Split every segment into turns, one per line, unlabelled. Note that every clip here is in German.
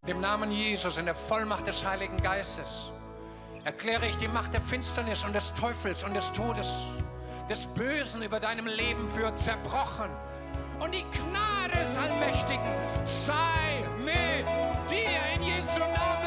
Im Namen Jesus, in der Vollmacht des Heiligen Geistes, erkläre ich die Macht der Finsternis und des Teufels und des Todes, des Bösen über deinem Leben für zerbrochen. Und die Gnade des Allmächtigen sei mit dir in Jesu Namen.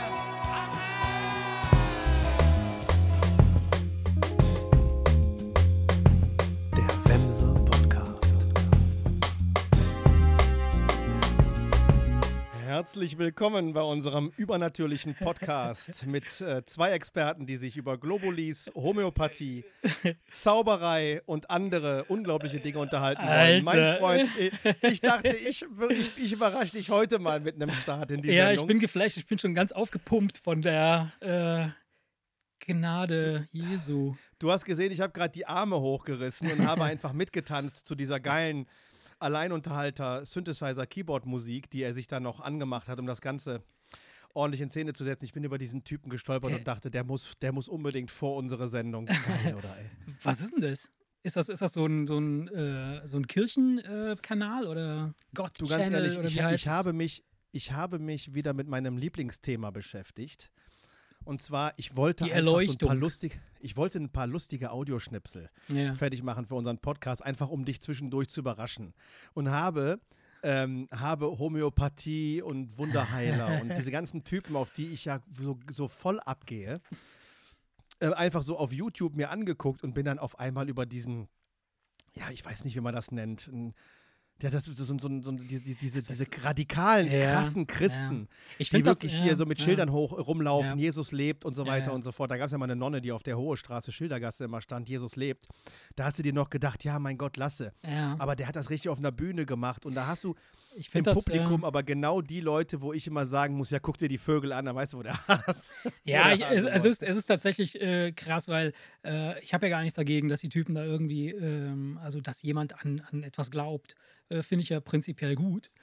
Herzlich willkommen bei unserem übernatürlichen Podcast mit zwei Experten, die sich über Globulis, Homöopathie, Zauberei und andere unglaubliche Dinge unterhalten wollen. Mein Freund, ich dachte, ich überrasche dich heute mal mit einem Start in die Sendung.
Ja, ich bin geflasht, ich bin schon ganz aufgepumpt von der Gnade Jesu.
Du hast gesehen, ich habe gerade die Arme hochgerissen und habe einfach mitgetanzt zu dieser geilen Alleinunterhalter, Synthesizer, Keyboard-Musik, die er sich dann noch angemacht hat, um das Ganze ordentlich in Szene zu setzen. Ich bin über diesen Typen gestolpert und dachte, der muss unbedingt vor unsere Sendung rein, oder ey.
Was ist denn das? Ist das so ein Kirchenkanal oder Gott
Du, ganz
Channel?
ehrlich,
oder wie heißt
ich habe mich wieder mit meinem Lieblingsthema beschäftigt. Und zwar, ich wollte
die
einfach
Erleuchtung.
ein paar lustige Audioschnipsel fertig machen für unseren Podcast, einfach um dich zwischendurch zu überraschen. Und habe Homöopathie und Wunderheiler und diese ganzen Typen, auf die ich ja so voll abgehe, einfach so auf YouTube mir angeguckt und bin dann auf einmal über diesen, ja, ich weiß nicht, wie man das nennt, ja, das ist diese radikalen, krassen Christen, die wirklich hier so mit Schildern hoch rumlaufen, Jesus lebt und so weiter und so fort. Da gab es ja mal eine Nonne, die auf der Hohe Straße, Schildergasse immer stand, Jesus lebt. Da hast du dir noch gedacht, ja, mein Gott, lasse. Ja. Aber der hat das richtig auf einer Bühne gemacht und da hast du im Publikum aber genau die Leute, wo ich immer sagen muss, ja, guck dir die Vögel an, dann weißt du, wo der Hass
Ja, es ist tatsächlich krass, weil ich habe ja gar nichts dagegen, dass die Typen da irgendwie, also dass jemand an etwas glaubt, finde ich ja prinzipiell gut.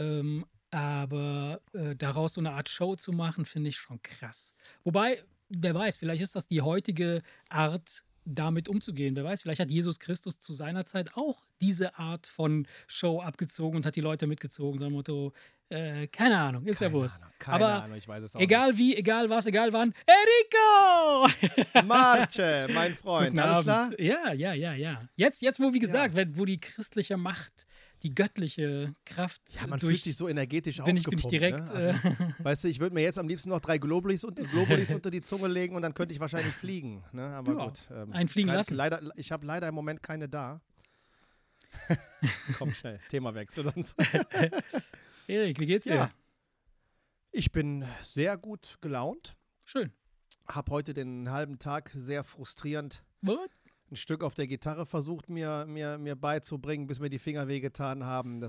Aber daraus so eine Art Show zu machen, finde ich schon krass. Wobei, wer weiß, vielleicht ist das die heutige Art, damit umzugehen. Wer weiß, vielleicht hat Jesus Christus zu seiner Zeit auch diese Art von Show abgezogen und hat die Leute mitgezogen. So ein Motto, keine Ahnung, ist ja Wurst.
Keine Ahnung, ich weiß es auch
egal
nicht.
Wie, egal was, egal wann. Enrico!
Marce, mein Freund,
Guten
alles
Abend.
klar?
Ja. Jetzt wo, wie gesagt, wo die christliche Macht, die göttliche Kraft
man fühlt sich so energetisch
bin
aufgepumpt.
ich direkt.
Ne? Also, weißt du, ich würde mir jetzt am liebsten noch 3 Globulis unter die Zunge legen und dann könnte ich wahrscheinlich fliegen. Ne? Aber gut.
Einfliegen lassen.
Ich habe leider im Moment keine da. Komm schnell, Themawechsel sonst.
Erik, wie geht's dir?
Ja. Ich bin sehr gut gelaunt.
Schön.
Hab heute den halben Tag sehr frustrierend ein Stück auf der Gitarre versucht, mir beizubringen, bis mir die Finger wehgetan haben.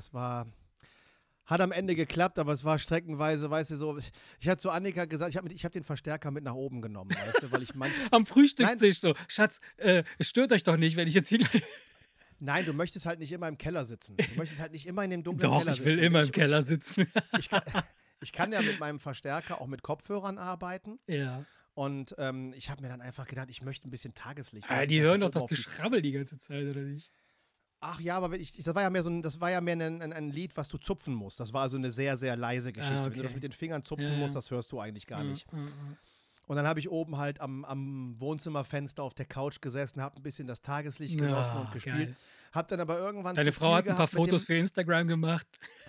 Hat am Ende geklappt, aber es war streckenweise, weißt du, so. Ich hatte zu Annika gesagt, ich hab den Verstärker mit nach oben genommen, weißt du, weil ich
am Frühstückstisch so, Schatz, es stört euch doch nicht, wenn ich jetzt hier gleich.
Nein, du möchtest halt nicht immer im Keller sitzen. Du möchtest halt nicht immer in dem dunklen Keller sitzen.
Doch, ich will immer im Keller sitzen.
Ich kann ja mit meinem Verstärker auch mit Kopfhörern arbeiten.
Ja.
Und ich habe mir dann einfach gedacht, ich möchte ein bisschen Tageslicht.
Die hören doch das Geschrabbel die ganze Zeit, oder nicht?
Ach ja, aber das war ja mehr ein Lied, was du zupfen musst. Das war also eine sehr, sehr leise Geschichte.
Okay.
Wenn du das mit den Fingern zupfen musst, das hörst du eigentlich gar nicht. Und dann habe ich oben halt am Wohnzimmerfenster auf der Couch gesessen, habe ein bisschen das Tageslicht genossen und gespielt.
Geil.
Hab dann aber irgendwann
Deine Frau hat ein paar Fotos für Instagram gemacht.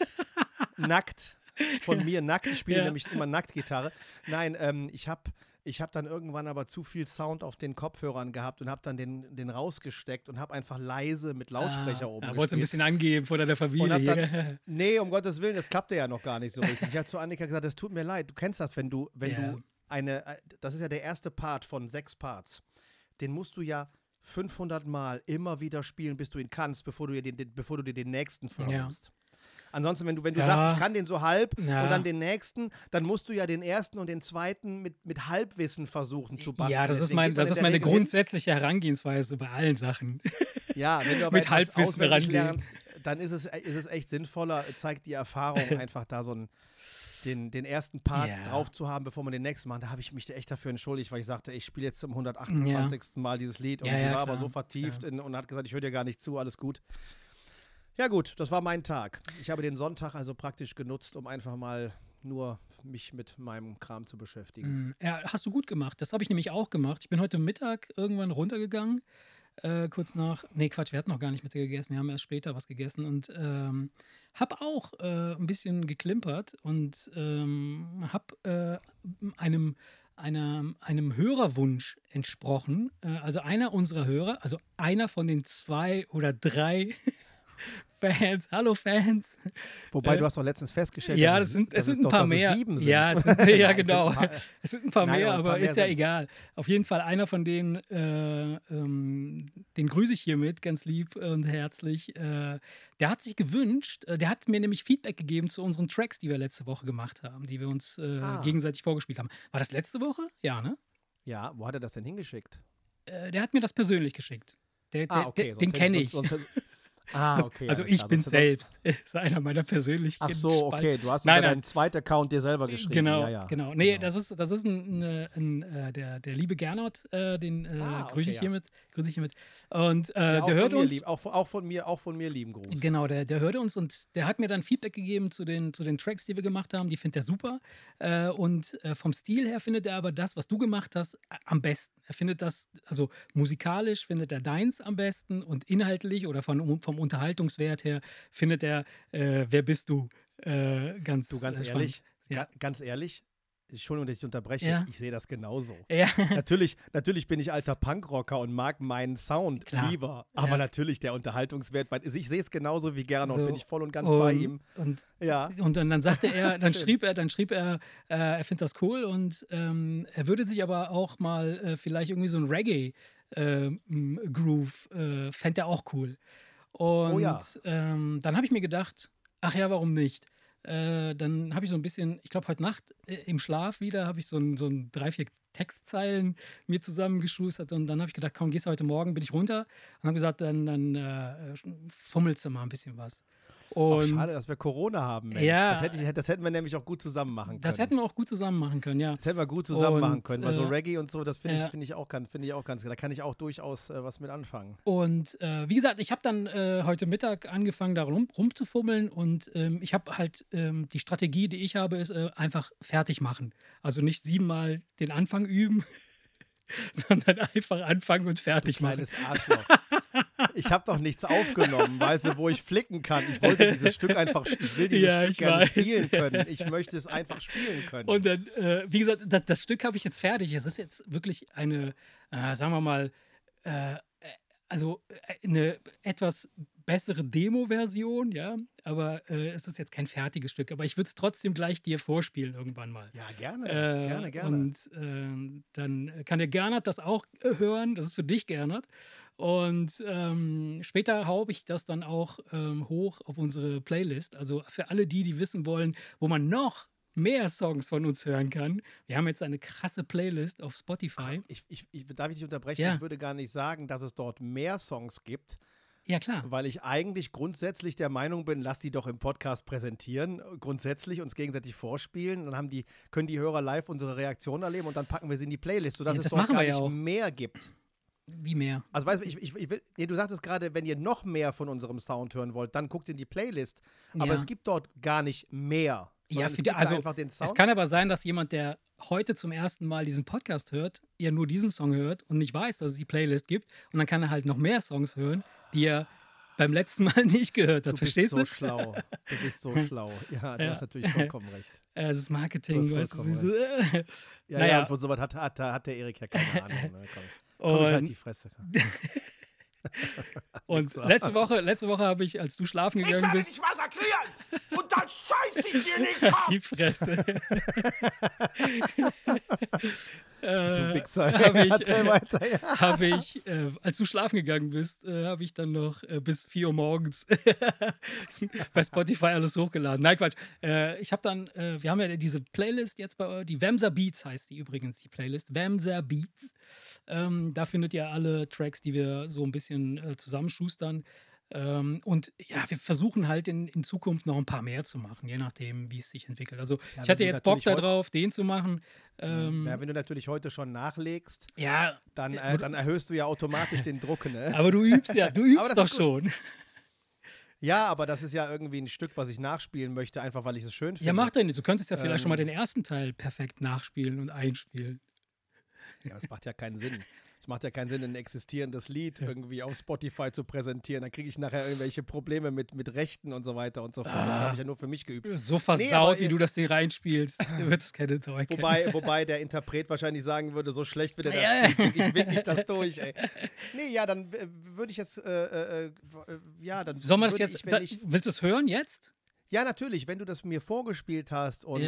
Nackt. Von mir nackt. Ich spiele nämlich immer Nacktgitarre. Nein, ich habe dann irgendwann aber zu viel Sound auf den Kopfhörern gehabt und habe dann den rausgesteckt und habe einfach leise mit Lautsprecher oben gespielt.
Wolltest du ein bisschen angeben vor deiner Familie.
Nee, um Gottes Willen, das klappte ja noch gar nicht so richtig. Ich habe zu Annika gesagt, das tut mir leid. Du kennst das, wenn du das ist ja der erste Part von 6 Parts. Den musst du ja 500 Mal immer wieder spielen, bis du ihn kannst, bevor du dir den nächsten vornimmst. Ja. Ansonsten, wenn du sagst, ich kann den so halb und dann den nächsten, dann musst du ja den ersten und den zweiten mit Halbwissen versuchen zu basteln.
Ja, das ist meine grundsätzliche Herangehensweise bei allen Sachen.
Ja, wenn du aber
mit Halbwissen
lernst, dann ist es echt sinnvoller, zeigt die Erfahrung einfach da so den ersten Part drauf zu haben, bevor man den nächsten macht. Da habe ich mich echt dafür entschuldigt, weil ich sagte, ich spiele jetzt zum 128. Mal dieses Lied und sie war aber so vertieft und hat gesagt, ich höre dir gar nicht zu, alles gut. Ja gut, das war mein Tag. Ich habe den Sonntag also praktisch genutzt, um einfach mal nur mich mit meinem Kram zu beschäftigen.
Ja, hast du gut gemacht. Das habe ich nämlich auch gemacht. Ich bin heute Mittag irgendwann runtergegangen, kurz nach, nee, Quatsch, wir hatten noch gar nicht Mittag gegessen, wir haben erst später was gegessen und habe auch ein bisschen geklimpert und habe einem Hörerwunsch entsprochen. Also einer unserer Hörer, also einer von den 2 oder 3 Fans, hallo Fans.
Wobei, du hast doch letztens festgestellt,
Ja,
dass
es sind ein
doch,
paar
dass
mehr.
Es 7 sind.
Ja, ja,
Nein,
genau. Es sind ein paar
Nein,
mehr,
aber ein paar
aber
mehr
ist ja
sind's.
egal. Auf jeden Fall einer von denen, den grüße ich hiermit ganz lieb und herzlich. Der hat sich gewünscht, der hat mir nämlich Feedback gegeben zu unseren Tracks, die wir letzte Woche gemacht haben, die wir uns gegenseitig vorgespielt haben. War das letzte Woche? Ja, ne?
Ja, wo hat er das denn hingeschickt?
Der hat mir das persönlich geschickt.
Okay.
Den kenne ich.
Okay.
Also
alles
ich
klar,
bin
sonst-
selbst. Ist einer meiner persönlichen.
Ach so, okay. Du hast
Nein,
über
nein.
deinen zweiten Account dir selber geschrieben.
Genau,
ja.
genau. Nee, das ist der liebe Gernot, den grüße ich
ja.
hiermit. Und
Ja,
der hört uns.
auch von mir lieben Gruß.
Genau, der hörte uns und der hat mir dann Feedback gegeben zu den Tracks, die wir gemacht haben. Die findet er super. Und vom Stil her findet er aber das, was du gemacht hast, am besten. Er findet das, also musikalisch findet er deins am besten und inhaltlich oder vom Unterhaltungswert her findet er Wer bist du? Ganz
Ganz
spannend.
ehrlich,
Ja.
ganz ehrlich, Entschuldigung, dass ich unterbreche,
Ja.
ich sehe das genauso.
Ja.
Natürlich bin ich alter Punkrocker und mag meinen Sound
Klar.
lieber, aber
Ja.
natürlich der Unterhaltungswert, weil ich sehe es genauso wie gerne
So,
und bin ich voll und ganz bei ihm. Ja.
Und dann sagte er, dann
Schön.
schrieb er, er findet das cool und er würde sich aber auch mal vielleicht irgendwie so ein Reggae-Groove, fände er auch cool. Und
ja.
dann habe ich mir gedacht, ach ja, warum nicht? Dann habe ich so ein bisschen, ich glaube heute Nacht im Schlaf wieder, habe ich so 3, 4 Textzeilen mir zusammengeschustert und dann habe ich gedacht, komm, gehst du heute Morgen, bin ich runter und habe gesagt, dann fummelst du mal ein bisschen was.
Ach,
Und
schade, dass wir Corona haben, Mensch.
Ja.
Das hätten wir nämlich auch gut zusammen machen können.
das hätten wir auch gut zusammen machen können, ja.
Das hätten wir gut zusammen machen
Und,
können, weil so
äh,
Reggae und so, das finde
ja.
ich auch ganz, da kann ich auch durchaus was mit anfangen.
Und wie gesagt, ich habe dann heute Mittag angefangen, da rumzufummeln und ich habe halt die Strategie, die ich habe, ist einfach fertig machen. Also nicht 7-mal den Anfang üben, sondern einfach anfangen und fertig machen.
Kleines Arschloch. Ich habe doch nichts aufgenommen, weißt du, wo ich flicken kann. Ich will dieses Stück gerne spielen können. Ich möchte es einfach spielen können.
Und dann, wie gesagt, das Stück habe ich jetzt fertig. Es ist jetzt wirklich eine, sagen wir mal, eine etwas bessere Demo-Version, ja. Aber es ist jetzt kein fertiges Stück. Aber ich würde es trotzdem gleich dir vorspielen irgendwann mal.
Ja, gerne.
Und dann kann der Gernot das auch hören. Das ist für dich, Gernot. Und später haue ich das dann auch hoch auf unsere Playlist. Also für alle die wissen wollen, wo man noch mehr Songs von uns hören kann. Wir haben jetzt eine krasse Playlist auf Spotify.
Darf ich dich unterbrechen?
Ja.
Ich würde gar nicht sagen, dass es dort mehr Songs gibt,
Ja, klar.
weil ich eigentlich grundsätzlich der Meinung bin, lass die doch im Podcast präsentieren, grundsätzlich uns gegenseitig vorspielen. Dann können die Hörer live unsere Reaktion erleben und dann packen wir sie in die Playlist, sodass
Ja,
es
das
dort
machen
gar
wir ja
nicht
auch.
mehr gibt.
Wie mehr?
Also weißt du, du sagtest gerade, wenn ihr noch mehr von unserem Sound hören wollt, dann guckt in die Playlist. Aber
Ja.
es gibt dort gar nicht mehr.
Ja,
sondern es gibt da einfach den Sound.
es kann aber sein, dass jemand, der heute zum ersten Mal diesen Podcast hört, ja nur diesen Song hört und nicht weiß, dass es die Playlist gibt. Und dann kann er halt noch mehr Songs hören, die er beim letzten Mal nicht gehört hat.
Du bist
Verstehst
so
du?
schlau. Du bist so schlau. Ja, du
Ja.
hast natürlich vollkommen recht.
Es ist Marketing,
Du hast
weißt du.
vollkommen Ja,
Naja.
und von sowas hat der Erik ja keine Ahnung. Ne? Komm, ich halt die Fresse.
Und
Wichser.
letzte Woche habe ich, als du schlafen gegangen bist,
dich massakrieren und dann scheiß ich dir in den Kopf.
die Fresse.
Du Wichser.
Habe ich,
Erzähl weiter, ja.
als du schlafen gegangen bist, habe ich dann noch bis 4 Uhr morgens bei Spotify alles hochgeladen. Nein, Quatsch. Ich habe dann, wir haben ja diese Playlist jetzt die Wemser Beats heißt die übrigens, die Playlist. Wemser Beats. Da findet ihr alle Tracks, die wir so ein bisschen zusammenschustern. Und ja, wir versuchen halt in Zukunft noch ein paar mehr zu machen, je nachdem, wie es sich entwickelt. Also
Ja,
ich hatte
wenn du
jetzt Bock
natürlich
darauf, den zu machen.
Ja, wenn du natürlich heute schon nachlegst,
Ja,
dann erhöhst du ja automatisch den Druck. Ne?
aber du übst ja, du
Aber
übst
das
doch
ist gut.
schon.
Ja, aber das ist ja irgendwie ein Stück, was ich nachspielen möchte, einfach weil ich es schön finde.
Ja, mach doch nicht. Du könntest ja vielleicht schon mal den ersten Teil perfekt nachspielen und einspielen.
Ja, das macht ja keinen Sinn. Es macht ja keinen Sinn, ein existierendes Lied irgendwie auf Spotify zu präsentieren. Dann kriege ich nachher irgendwelche Probleme mit Rechten und so weiter und so fort. Das habe ich ja nur für mich geübt.
So versaut, wie du das Ding reinspielst, wird es keine Dauer.
Wobei der Interpret wahrscheinlich sagen würde, so schlecht wie der das spielt, wirklich ich das durch, ey. Nee, ja, dann würde ich jetzt, ja, dann
Sollen wir das jetzt, willst du es hören jetzt?
Ja, natürlich, wenn du das mir vorgespielt hast und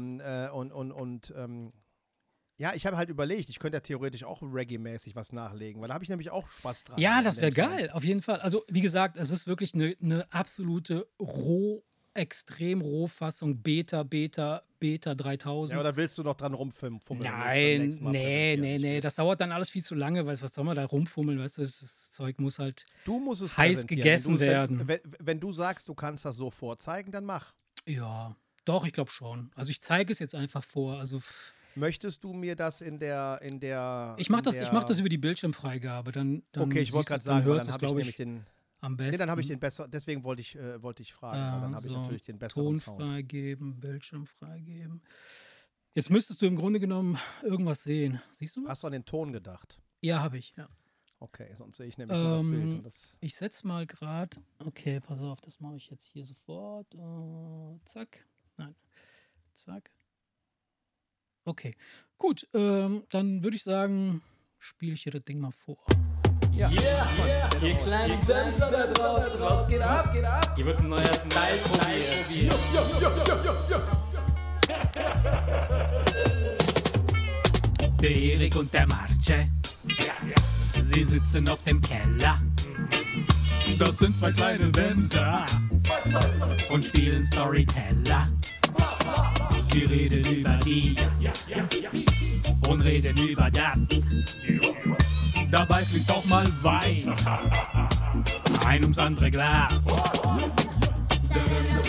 ja, ich habe halt überlegt, ich könnte ja theoretisch auch Reggae-mäßig was nachlegen, weil da habe ich nämlich auch Spaß dran.
Ja, das wäre geil, auf jeden Fall. Also, wie gesagt, es ist wirklich eine absolute extrem Rohfassung, Beta 3000.
Ja, oder willst du noch dran rumfummeln?
Nein, nee, das dauert dann alles viel zu lange, was soll man da rumfummeln, weißt du, das Zeug muss halt heiß gegessen werden.
Wenn du sagst, du kannst das so vorzeigen, dann mach.
Ja, doch, ich glaube schon. Also ich zeige es jetzt einfach vor, also...
Möchtest du mir das in der
Ich mach das über die Bildschirmfreigabe, dann
okay, ich wollte gerade sagen, dann habe ich nämlich den
am besten.
Nee, dann habe ich den besser, deswegen wollte ich fragen, weil dann habe ich natürlich den besseren
Ton freigeben, Bildschirm freigeben. Jetzt müsstest du im Grunde genommen irgendwas sehen. Siehst du was?
Hast du an den Ton gedacht?
Ja, habe ich, ja.
Okay, sonst sehe ich nämlich nur das Bild. Und das
ich setze mal gerade, okay, pass auf, das mache ich jetzt hier sofort. Zack. Nein. Zack. Okay, gut, dann würde ich sagen, spiele ich hier das Ding mal vor.
Ja, ihr kleinen Bänzer da draußen, was geht ab? Hier wird ein neuer Style probiert.
Der Erik und der Marce, sie sitzen auf dem Keller. Das sind zwei kleine Wemser und spielen Storyteller. Sie reden über dies und reden über das. Dabei fließt auch mal Wein, ein ums andere Glas. Der Wemser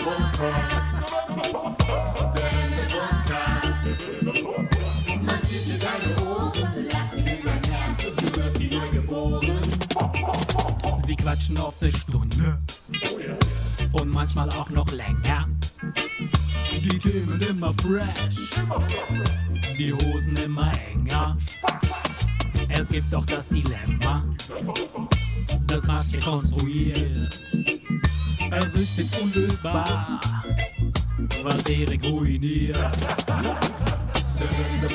Podcast. Massiert dir deine Ohren, lass ihn in dein Herz und du wirst wie neu geboren. Sie quatschen oft eine Stunde und manchmal auch noch länger. Die Themen immer fresh, die Hosen immer enger. Es gibt doch das Dilemma, das macht ihr konstruiert. Es ist stets unlösbar, was Erik ruiniert. Der Wemser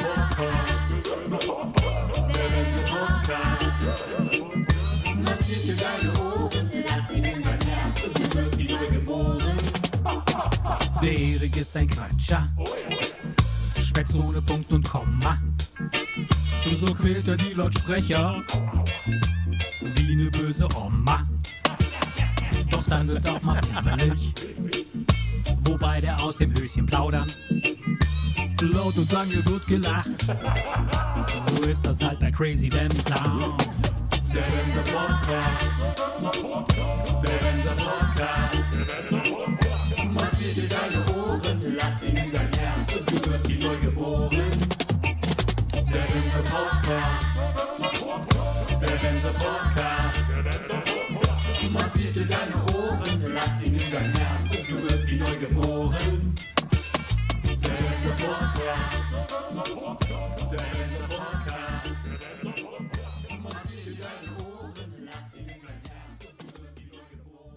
Podcast. Massiert dir deine Ohren, lass ihn in dein Herz und du wirst wie neu geboren. Der Erik ist ein Quatscher, schwätzt ohne Punkt und Komma. So quält er die Lautsprecher wie eine böse Oma. Doch dann wird's auch mal himmelig, wobei der aus dem Höschen plaudern. Laut und lange wird gelacht, so ist das halt bei Crazy Wemser. Der Wemser Podcast, der Wemser Podcast. Massiert dir deine Ohren, lass ihn in dein Herz und du wirst wie neu geboren. Der Wemser Podcast, der Wemser Podcast. Massiert dir deine Ohren, lass ihn in dein Herz und du wirst wie neu geboren. Der Wemser Podcast, der Wemser Podcast. Massiert dir deine Ohren, lass ihn in dein Herz und du wirst wie neu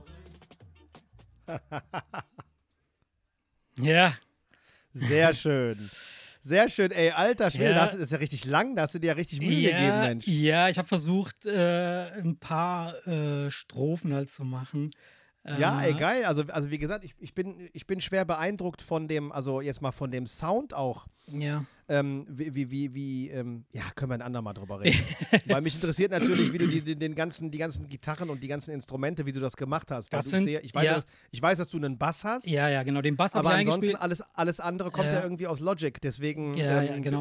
geboren.
Ja.
Sehr schön. Sehr schön, ey, alter Schwede, das ist ja richtig lang, da hast du dir ja richtig Mühe gegeben, Mensch.
Ja, ich habe versucht, ein paar Strophen halt zu machen.
Ja, ey, geil. Also wie gesagt, ich bin schwer beeindruckt von dem, also jetzt mal von dem Sound auch.
Ja.
Ja, können wir ein andermal drüber reden. Weil mich interessiert natürlich, wie du die ganzen Gitarren und die ganzen Instrumente, wie du das gemacht hast. Ich weiß, dass du einen Bass hast.
Ja, genau, den Bass habe ich
ansonsten
eingespielt.
alles andere kommt ja irgendwie aus Logic. Deswegen
genau.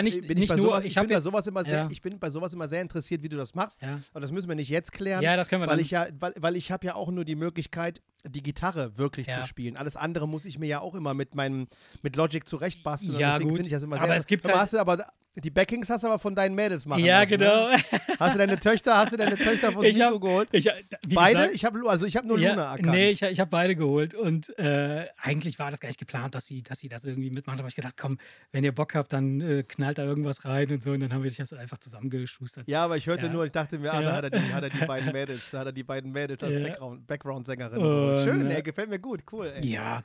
Ich bin bei sowas immer sehr interessiert, wie du das machst.
Ja.
Aber das müssen wir nicht jetzt klären.
Ja, das können wir
weil ich habe ja auch nur die Möglichkeit, die Gitarre wirklich zu spielen. Alles andere muss ich mir ja auch immer mit Logic zurechtbasteln.
Ja,
deswegen
gut.
finde ich das immer
Aber
sehr.
es gibt
Die Backings hast du aber von deinen Mädels machen
Ja,
lassen,
genau.
Ne? Hast du deine Töchter vors Mikro geholt? Beide? Ich habe nur Luna erkannt.
Nee, ich habe beide geholt und eigentlich war das gar nicht geplant, dass sie das irgendwie mitmachen. Aber ich gedacht, komm, wenn ihr Bock habt, dann knallt da irgendwas rein und so. Und dann haben wir das einfach zusammengeschustert.
Ja, aber ich hörte nur, ich dachte mir, da hat er die beiden Mädels, als Background-Sängerin. Schön, ey, gefällt mir gut, cool. Ey.
Ja,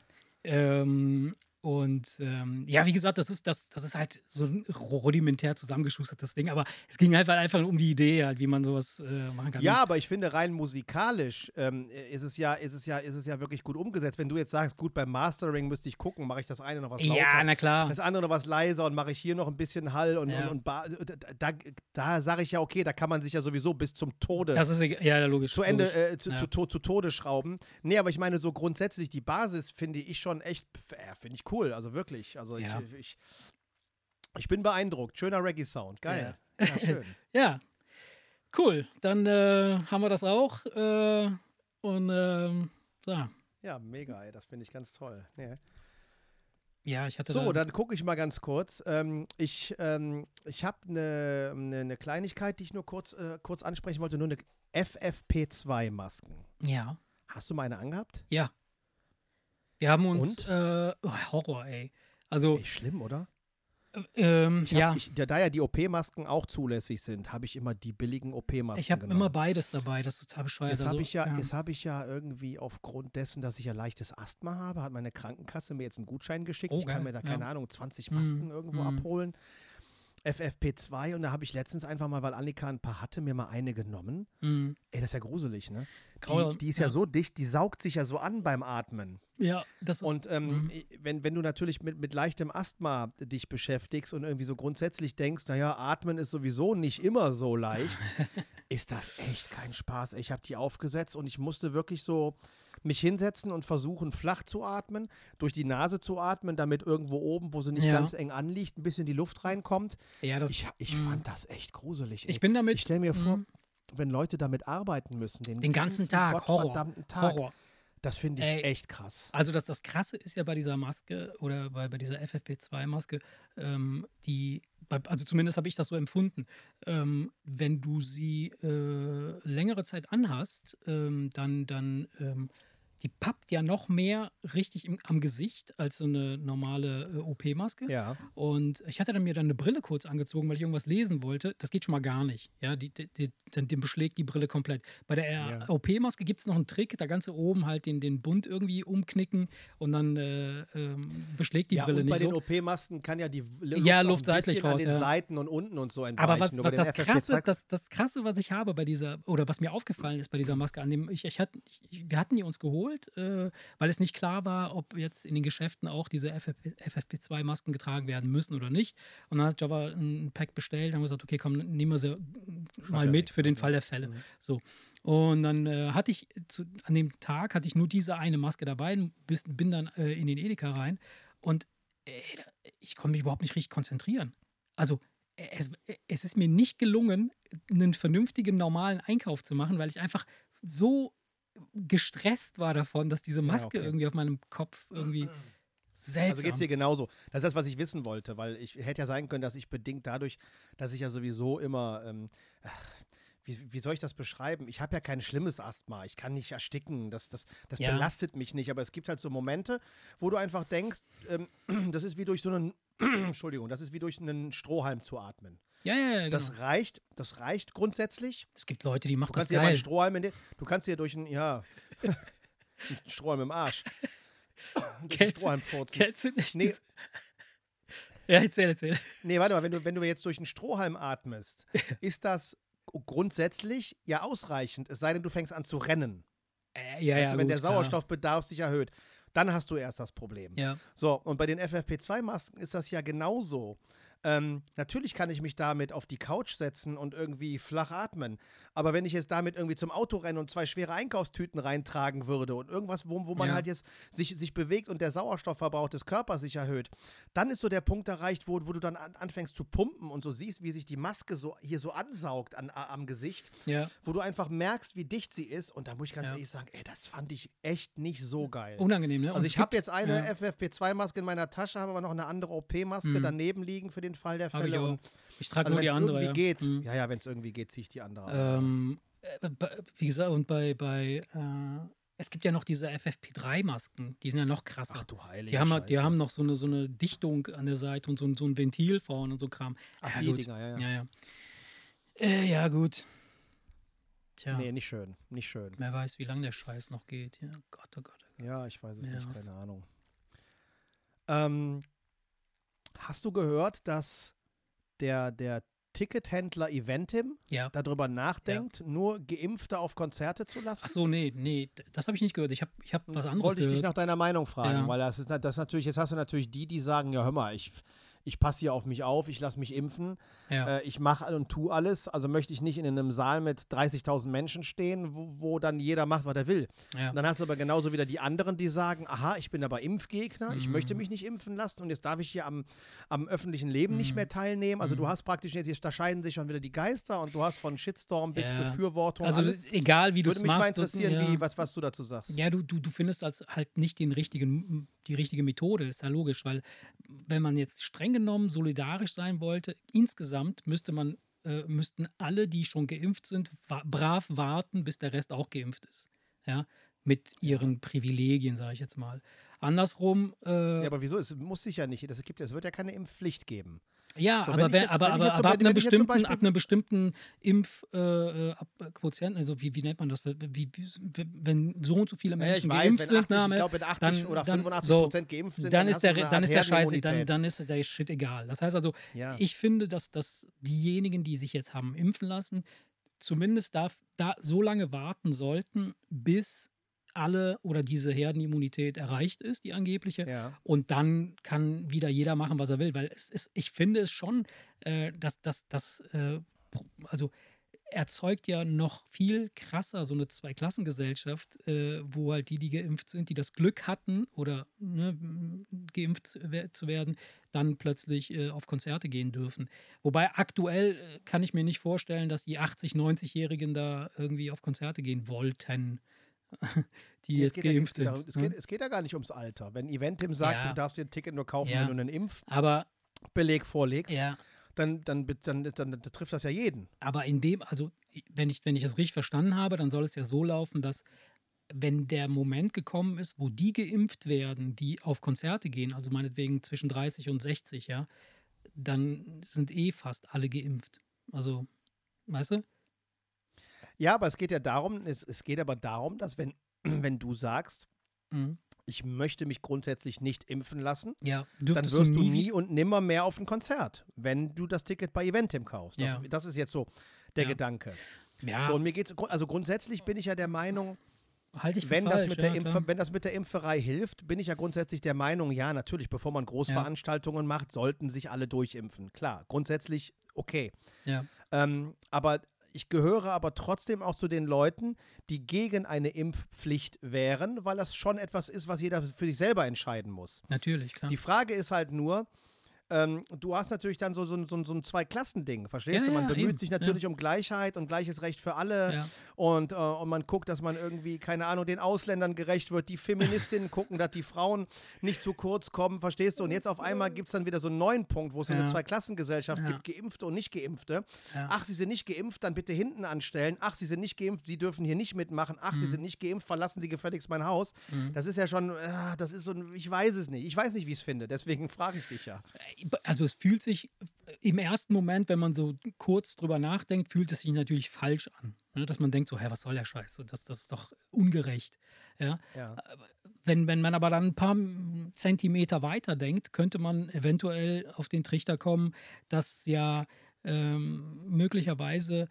wie gesagt, das ist halt so ein rudimentär zusammengeschustertes Ding, aber es ging halt einfach um die Idee, halt, wie man sowas machen kann.
Ja, aber ich finde, rein musikalisch ist es ja wirklich gut umgesetzt. Wenn du jetzt sagst, gut, beim Mastering müsste ich gucken, mache ich das eine noch was lauter,
ja, na klar.
das andere noch was leiser und mache ich hier noch ein bisschen Hall und da sage ich ja, okay, da kann man sich ja sowieso bis zum Tode
das ist ja logisch.
zu Ende, zu Tode schrauben. Nee, aber ich meine, so grundsätzlich die Basis finde ich schon echt, finde ich cool, also wirklich. Also ich bin beeindruckt. Schöner Reggae-Sound, geil. Ja, schön.
Ja, cool. Dann haben wir das auch
Ja, mega, ey, das finde ich ganz toll. Nee.
Ja, ich hatte
So, dann gucke ich mal ganz kurz. Ich habe eine Kleinigkeit, die ich nur kurz ansprechen wollte, nur eine FFP2-Masken.
Ja.
Hast du meine angehabt?
Ja. Wir haben uns Horror, ey. Also
Ey, schlimm, oder?
da
ja die OP-Masken auch zulässig sind, habe ich immer die billigen OP-Masken
ich habe immer beides dabei, das ist total bescheuert.
Jetzt habe ich ja irgendwie aufgrund dessen, dass ich ja leichtes Asthma habe, hat meine Krankenkasse mir jetzt einen Gutschein geschickt. Ich kann mir da, keine Ahnung, 20 Masken irgendwo abholen. FFP2 und da habe ich letztens einfach mal, weil Annika ein paar hatte, mir mal eine genommen. Ey, das ist ja gruselig, ne? Die ist ja so dicht, die saugt sich ja so an beim Atmen.
Ja, das ist.
Und wenn du natürlich mit leichtem Asthma dich beschäftigst und irgendwie so grundsätzlich denkst, naja, Atmen ist sowieso nicht immer so leicht, ist das echt kein Spaß. Ich habe die aufgesetzt und ich musste wirklich so mich hinsetzen und versuchen, flach zu atmen, durch die Nase zu atmen, damit irgendwo oben, wo sie nicht ganz eng anliegt, ein bisschen die Luft reinkommt.
Ja,
ich fand das echt gruselig. Ey. Ich stelle mir vor, wenn Leute damit arbeiten müssen, den ganzen Tag, gottverdammten Tag. Horror. Das finde ich echt krass.
Also das Krasse ist ja bei dieser Maske oder bei dieser FFP2-Maske, also zumindest habe ich das so empfunden, wenn du sie längere Zeit anhast, dann die pappt ja noch mehr richtig am Gesicht als so eine normale OP-Maske.
Ja.
Und ich hatte mir dann eine Brille kurz angezogen, weil ich irgendwas lesen wollte. Das geht schon mal gar nicht. Ja, den beschlägt die Brille komplett. Bei der OP-Maske gibt es noch einen Trick, da ganz oben halt den Bund irgendwie umknicken und dann beschlägt die Brille
und
nicht
bei den
so.
OP-Masken kann ja die
Luft seitlich raus,
an den Seiten und unten und so entweichen.
Aber das Krasse, was ich habe bei dieser, oder was mir aufgefallen ist bei dieser Maske, wir hatten die uns geholt, weil es nicht klar war, ob jetzt in den Geschäften auch diese FFP2-Masken getragen werden müssen oder nicht. Und dann hat Java ein Pack bestellt, haben wir gesagt, okay, komm, nehmen wir sie mal mit für den Fall der Fälle. So. Und dann an dem Tag hatte ich nur diese eine Maske dabei, bin dann in den Edeka rein und ich konnte mich überhaupt nicht richtig konzentrieren. Also es ist mir nicht gelungen, einen vernünftigen, normalen Einkauf zu machen, weil ich einfach so gestresst war davon, dass diese Maske irgendwie auf meinem Kopf irgendwie seltsam.
Also geht es dir genauso. Das ist das, was ich wissen wollte, weil ich hätte ja sein können, dass ich bedingt dadurch, dass ich ja sowieso immer, wie soll ich das beschreiben? Ich habe ja kein schlimmes Asthma, ich kann nicht ersticken, das belastet mich nicht, aber es gibt halt so Momente, wo du einfach denkst, das ist wie durch so einen, das ist wie durch einen Strohhalm zu atmen.
Ja, genau.
Das reicht grundsätzlich.
Es gibt Leute, die machen das
geil. Du kannst dir durch einen Strohhalm im Arsch. Strohhalm furzen.
Kennst du nicht? Nee. Ja, erzähl.
Nee, warte mal, wenn du jetzt durch einen Strohhalm atmest, ist das grundsätzlich ja ausreichend, es sei denn, du fängst an zu rennen. Wenn der Sauerstoffbedarf sich erhöht, dann hast du erst das Problem.
Ja.
So, und bei den FFP2-Masken ist das ja genauso. Natürlich kann ich mich damit auf die Couch setzen und irgendwie flach atmen. Aber wenn ich jetzt damit irgendwie zum Auto renne und 2 schwere Einkaufstüten reintragen würde und irgendwas, wo man halt jetzt sich bewegt und der Sauerstoffverbrauch des Körpers sich erhöht, dann ist so der Punkt erreicht, wo du dann anfängst zu pumpen und so siehst, wie sich die Maske so hier so ansaugt am Gesicht, wo du einfach merkst, wie dicht sie ist. Und da muss ich ganz ehrlich sagen, das fand ich echt nicht so geil.
Unangenehm, ne?
Also ich habe jetzt eine FFP2-Maske in meiner Tasche, habe aber noch eine andere OP-Maske daneben liegen für den den Fall der
Hab ich
Fälle.
auch.
Und
Ich trage
also
nur
wenn
die
es
andere.
irgendwie geht,
Mhm.
ja, wenn es irgendwie geht, ziehe ich die andere an.
Wie gesagt, und es gibt ja noch diese FFP3-Masken, die sind ja noch krasser.
Ach du heilige
Die haben
Scheiße.
noch so eine Dichtung an der Seite und so ein Ventil vorne und so Kram.
Ach,
ja,
die
gut.
Dinger, ja.
Ja. Ja, gut. Tja,
Nee, nicht schön, nicht schön.
wer weiß, wie lange der Scheiß noch geht. Ja, Gott, oh Gott.
Ja, ich weiß es
Ja.
nicht, keine Ahnung. Hast du gehört, dass der Tickethändler Eventim
Ja.
darüber nachdenkt, nur Geimpfte auf Konzerte zu lassen?
Ach so, nee, das habe ich nicht gehört. Ich hab was anderes
Wollte ich dich
gehört.
nach deiner Meinung fragen,
Ja.
weil das ist natürlich, jetzt hast du natürlich die sagen, ja hör mal, ich passe hier auf mich auf, ich lasse mich impfen,
Ja.
ich mache und tue alles, also möchte ich nicht in einem Saal mit 30.000 Menschen stehen, wo dann jeder macht, was er will.
Ja.
Und dann hast du aber genauso wieder die anderen, die sagen, aha, ich bin aber Impfgegner, ich
Mhm.
möchte mich nicht impfen lassen und jetzt darf ich hier am öffentlichen Leben nicht mehr teilnehmen. Also du hast praktisch jetzt, da scheiden sich schon wieder die Geister und du hast von Shitstorm bis
Ja.
Befürwortung
Also
alles.
egal, wie du es
Würde mich mal
machst.
interessieren,
ja.
was du dazu sagst.
Ja, du findest als halt nicht die richtige Methode, ist ja logisch, weil wenn man jetzt streng genommen solidarisch sein wollte, insgesamt müssten alle, die schon geimpft sind, brav warten, bis der Rest auch geimpft ist. Ja, mit ihren Privilegien, sage ich jetzt mal. Andersrum,
Ja, aber wieso? Es muss sich ja nicht, es wird ja keine Impfpflicht geben.
ja,
So,
aber,
wenn ich jetzt-
aber,
wenn ich
aber,
jetzt so-
aber ab
wenn
einem
ich jetzt zum
bestimmten,
Beispiel-
ab einem bestimmten Impfquotienten, also wie nennt man das, wenn so und so viele
Ja,
Menschen
ich weiß,
geimpft
wenn
sind,
80, ich glaube, wenn 80 oder 85% geimpft sind,
dann
dann
ist
hast du
der,
so eine
dann
Art
ist der Scheiß,
Herdenimmunität.
dann ist der Shit egal. Das heißt also,
Ja.
ich finde, dass diejenigen, die sich jetzt haben impfen lassen, zumindest da so lange warten sollten, bis alle oder diese Herdenimmunität erreicht ist, die angebliche.
Ja.
Und dann kann wieder jeder machen, was er will. Weil ich finde es schon, also erzeugt ja noch viel krasser so eine Zweiklassengesellschaft, wo halt die geimpft sind, die das Glück hatten oder geimpft zu werden, dann plötzlich auf Konzerte gehen dürfen. Wobei aktuell kann ich mir nicht vorstellen, dass die 80-, 90-Jährigen da irgendwie auf Konzerte gehen wollten, die
Nee,
jetzt geimpft sind.
Es geht ja gar nicht ums Alter. Wenn Eventim sagt,
Ja.
du darfst dir ein Ticket nur kaufen,
Ja.
wenn du einen Impfbeleg
Aber
vorlegst,
ja.
dann trifft das ja jeden.
Aber wenn ich es richtig verstanden habe, dann soll es ja so laufen, dass wenn der Moment gekommen ist, wo die geimpft werden, die auf Konzerte gehen, also meinetwegen zwischen 30 und 60, ja, dann sind fast alle geimpft. Also, weißt du?
Ja, aber es geht ja darum, dass wenn du sagst,
Mhm.
ich möchte mich grundsätzlich nicht impfen lassen,
Ja,
dann
dürftest
wirst du nie und nimmer mehr auf ein Konzert, wenn du das Ticket bei Eventim kaufst.
Ja.
Das ist jetzt so der
Ja.
Gedanke.
Ja,
So, und mir geht's, also grundsätzlich bin ich ja der Meinung,
halte ich für
wenn
falsch.
wenn das mit der Impferei hilft, bin ich ja grundsätzlich der Meinung, ja, natürlich, bevor man Großveranstaltungen macht, sollten sich alle durchimpfen. Klar, grundsätzlich okay.
Ja.
Aber ich gehöre aber trotzdem auch zu den Leuten, die gegen eine Impfpflicht wären, weil das schon etwas ist, was jeder für sich selber entscheiden muss.
Natürlich, klar.
Die Frage ist halt nur, du hast natürlich dann so ein Zwei-Klassen-Ding, verstehst
Ja,
du? Man
ja,
bemüht
eben,
sich natürlich um Gleichheit und gleiches Recht für alle
Ja.
und man guckt, dass man irgendwie, keine Ahnung, den Ausländern gerecht wird. Die Feministinnen gucken, dass die Frauen nicht zu kurz kommen, verstehst du? Und jetzt auf einmal gibt es dann wieder so einen neuen Punkt, wo es so eine
Ja.
Zweiklassengesellschaft
Ja.
gibt, Geimpfte und Nicht-Geimpfte.
Ja.
Ach, sie sind nicht geimpft, dann bitte hinten anstellen. Ach, sie sind nicht geimpft, sie dürfen hier nicht mitmachen. Ach,
Mhm.
sie sind nicht geimpft, verlassen sie gefälligst mein Haus. Das ist ja schon, das ist so ein, ich weiß es nicht. Ich weiß nicht, wie ich es finde, deswegen frage ich dich ja.
Also es fühlt sich im ersten Moment, wenn man so kurz drüber nachdenkt, fühlt es sich natürlich falsch an. Ne? Dass man denkt so, was soll der Scheiß? Das ist doch ungerecht. Ja?
Ja.
Wenn man aber dann ein paar Zentimeter weiter denkt, könnte man eventuell auf den Trichter kommen, dass ja möglicherweise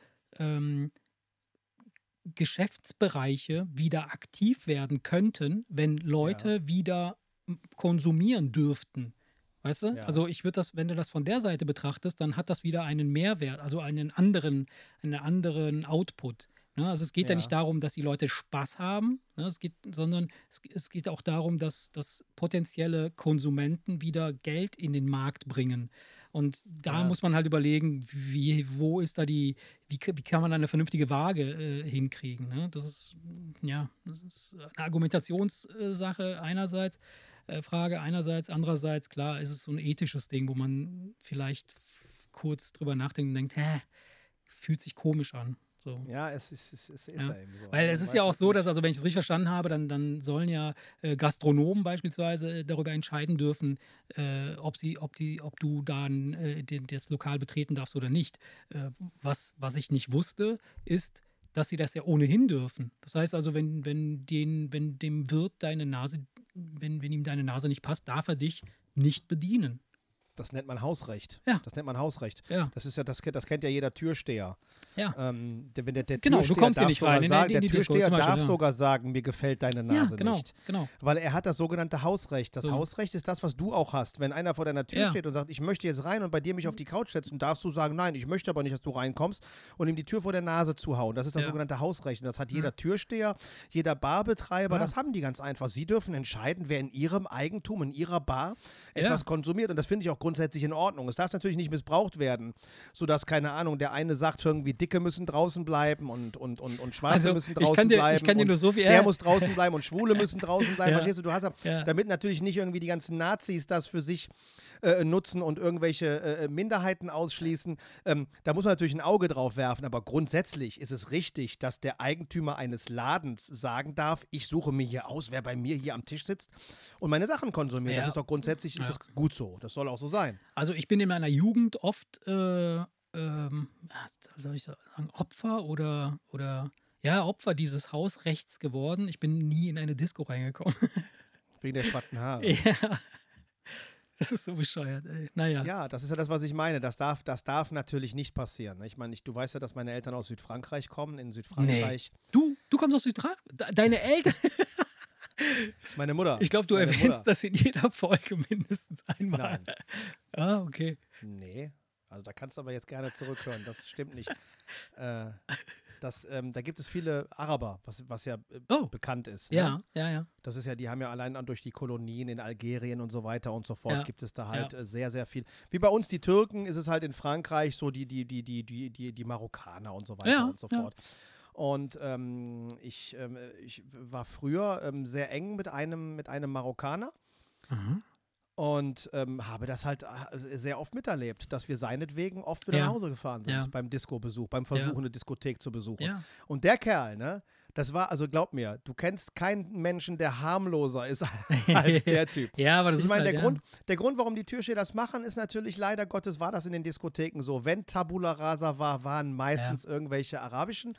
Geschäftsbereiche wieder aktiv werden könnten, wenn Leute wieder konsumieren dürften. Weißt du?
Ja.
Also ich würde das, wenn du das von der Seite betrachtest, dann hat das wieder einen Mehrwert, also einen anderen Output. Ne? Also es geht ja
Ja.
nicht darum, dass die Leute Spaß haben, ne? Sondern es geht auch darum, dass potenzielle Konsumenten wieder Geld in den Markt bringen. Und da
Ja.
muss man halt überlegen, wie kann man da eine vernünftige Waage hinkriegen. Ne? Das ist eine Argumentationssache einerseits, Frage einerseits. Andererseits, klar, ist es so ein ethisches Ding, wo man vielleicht kurz drüber nachdenkt und denkt, fühlt sich komisch an. So.
Ja, es ist ja eben so.
Weil
Man
es ist
weiß
ja auch
halt
so,
nicht.
dass, also wenn ich es richtig verstanden habe, dann sollen ja Gastronomen beispielsweise darüber entscheiden dürfen, ob du dann das Lokal betreten darfst oder nicht. Was ich nicht wusste, ist, dass sie das ja ohnehin dürfen. Das heißt also, wenn dem Wirt deine Nase, wenn ihm deine Nase nicht passt, darf er dich nicht bedienen.
Das nennt man Hausrecht.
Ja.
Das nennt man Hausrecht.
Ja.
Das ist ja, das kennt ja jeder Türsteher.
Ja.
Wenn der
Genau, du
Türsteher
kommst hier
darf
nicht
sogar
rein in
sagen,
die
der
Disco
Türsteher
zum Beispiel,
darf
ja.
sogar sagen, mir gefällt deine
Ja,
Nase
genau,
nicht.
genau.
Weil er hat das sogenannte Hausrecht. Das
So.
Hausrecht ist das, was du auch hast. Wenn einer vor deiner Tür
Ja.
steht und sagt, ich möchte jetzt rein und bei dir mich auf die Couch setzen, darfst du sagen, nein, ich möchte aber nicht, dass du reinkommst und ihm die Tür vor der Nase zuhauen. Das ist das
Ja.
sogenannte Hausrecht. Und das hat jeder Türsteher, jeder Barbetreiber,
Ja.
das haben die ganz einfach. Sie dürfen entscheiden, wer in ihrem Eigentum, in ihrer Bar etwas konsumiert. Und das finde ich auch grundsätzlich in Ordnung. Es darf natürlich nicht missbraucht werden, sodass, keine Ahnung, der eine sagt irgendwie, Dicke müssen draußen bleiben und Schwarze
Also,
müssen
ich
draußen
kann dir
bleiben.
nur
und
so viel-
der muss draußen bleiben und Schwule müssen draußen bleiben.
Ja.
Verstehst du? Du hast
Ja.
damit natürlich nicht irgendwie die ganzen Nazis das für sich nutzen und irgendwelche Minderheiten ausschließen. Da muss man natürlich ein Auge drauf werfen, aber grundsätzlich ist es richtig, dass der Eigentümer eines Ladens sagen darf, ich suche mir hier aus, wer bei mir hier am Tisch sitzt und meine Sachen konsumiert.
Ja.
Das ist doch grundsätzlich ist das gut so. Das soll auch so sein.
Also ich bin in meiner Jugend oft, soll ich sagen, Opfer oder Opfer dieses Hausrechts geworden. Ich bin nie in eine Disco reingekommen.
Wegen der schwarzen Haare.
Ja. Das ist so bescheuert, ey. Naja.
Ja, das ist ja das, was ich meine. Das darf natürlich nicht passieren. Ne? Ich meine, du weißt ja, dass meine Eltern aus Südfrankreich kommen. In Südfrankreich.
Du kommst aus Südfrankreich? Deine Eltern?
Meine Mutter.
Ich glaube, du
Meine
erwähnst
Mutter.
das in jeder Folge mindestens einmal.
Nein.
Ah, okay.
Nee, also da kannst du aber jetzt gerne zurückhören. Das stimmt nicht. Da gibt es viele Araber, was ja bekannt ist. Ne?
Ja.
Das ist ja, die haben ja allein durch die Kolonien in Algerien und so weiter und so fort,
Ja.
gibt es da halt sehr, sehr viel. Wie bei uns die Türken, ist es halt in Frankreich so die Marokkaner und so weiter und so fort. Und ich war früher sehr eng mit einem Marokkaner.
Mhm.
Und habe das halt sehr oft miterlebt, dass wir seinetwegen oft wieder nach Hause gefahren sind beim Disco-Besuch, beim Versuch, eine Diskothek zu besuchen.
Ja.
Und der Kerl, ne, das war, also glaub mir, du kennst keinen Menschen, der harmloser ist als der Typ.
Ja, aber das
Ich
ist
meine,
halt,
der Grund, warum die Türsteher das machen, ist natürlich leider Gottes, war das in den Diskotheken so. Wenn Tabula Rasa war, waren meistens irgendwelche arabischen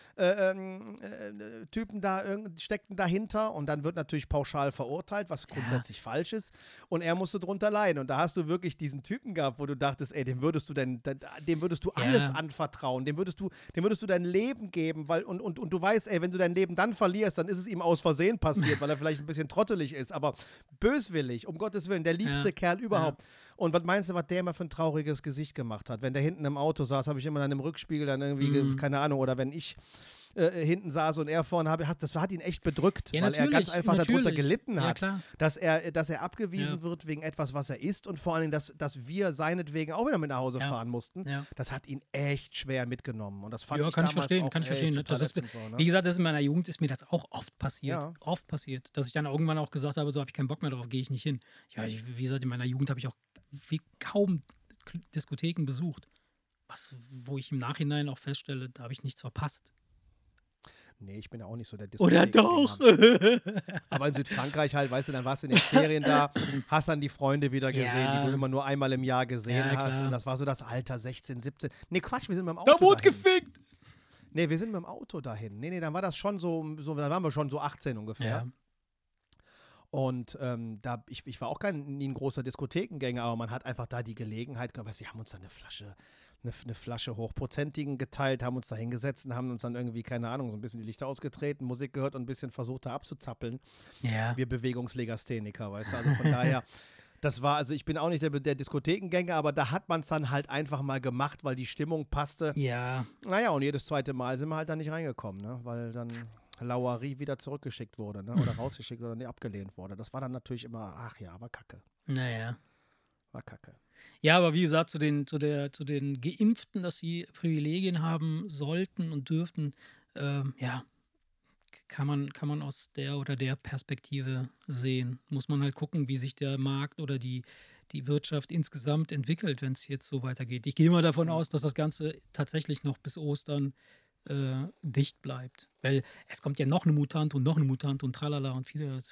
Typen da steckten dahinter und dann wird natürlich pauschal verurteilt, was grundsätzlich falsch ist. Und er musste drunter leiden. Und da hast du wirklich diesen Typen gehabt, wo du dachtest, ey, dem würdest du alles anvertrauen, dem würdest du dein Leben geben, weil und du weißt, ey, wenn du dein Leben dann verlierst, dann ist es ihm aus Versehen passiert, weil er vielleicht ein bisschen trottelig ist, aber böswillig, um Gottes Willen, der liebste Kerl überhaupt. Und was meinst du, was der immer für ein trauriges Gesicht gemacht hat? Wenn der hinten im Auto saß, habe ich immer dann im Rückspiegel dann irgendwie, keine Ahnung, oder wenn ich hinten saß und er vorne das hat ihn echt bedrückt, weil er ganz einfach darunter gelitten hat, dass er abgewiesen wird wegen etwas, was er isst und vor allen Dingen, dass wir seinetwegen auch wieder mit nach Hause fahren mussten. Ja. Das hat ihn echt schwer mitgenommen und das fand ich damals
kann ich verstehen. Das ist, so, ne? Wie gesagt, das in meiner Jugend ist mir das auch oft passiert, dass ich dann irgendwann auch gesagt habe, so habe ich keinen Bock mehr drauf, gehe ich nicht hin. Ja, wie gesagt, in meiner Jugend habe ich auch kaum Diskotheken besucht, wo ich im Nachhinein auch feststelle, da habe ich nichts verpasst.
Nee, ich bin ja auch nicht so der Diskothek.
Oder doch?
Aber in Südfrankreich halt, weißt du, dann warst du in den Ferien da, hast dann die Freunde wieder gesehen, die du immer nur einmal im Jahr gesehen hast. Und das war so das Alter 16, 17. Nee, Quatsch, wir sind mit dem Auto
da wurde gefickt!
Nee, wir sind mit dem Auto dahin. Nee, dann war das schon so, dann waren wir schon so 18 ungefähr. Ja. Und ich war auch nie ein großer Diskothekengänger, aber man hat einfach da die Gelegenheit gehabt. Wir haben uns da eine Flasche hochprozentigen geteilt, haben uns da hingesetzt und haben uns dann irgendwie, keine Ahnung, so ein bisschen die Lichter ausgetreten, Musik gehört und ein bisschen versucht, da abzuzappeln. Ja. Wir Bewegungslegastheniker, weißt du, also von daher, ich bin auch nicht der Diskothekengänger, aber da hat man es dann halt einfach mal gemacht, weil die Stimmung passte. Ja. Naja, und jedes zweite Mal sind wir halt da nicht reingekommen, ne, weil dann Lauerie wieder zurückgeschickt wurde, ne, oder rausgeschickt oder abgelehnt wurde. Das war dann natürlich immer, war Kacke.
Naja.
War Kacke.
Ja, aber wie gesagt, zu den Geimpften, dass sie Privilegien haben sollten und dürften, kann man aus der oder der Perspektive sehen. Muss man halt gucken, wie sich der Markt oder die Wirtschaft insgesamt entwickelt, wenn es jetzt so weitergeht. Ich gehe mal davon aus, dass das Ganze tatsächlich noch bis Ostern dicht bleibt. Weil es kommt ja noch eine Mutant und tralala und viele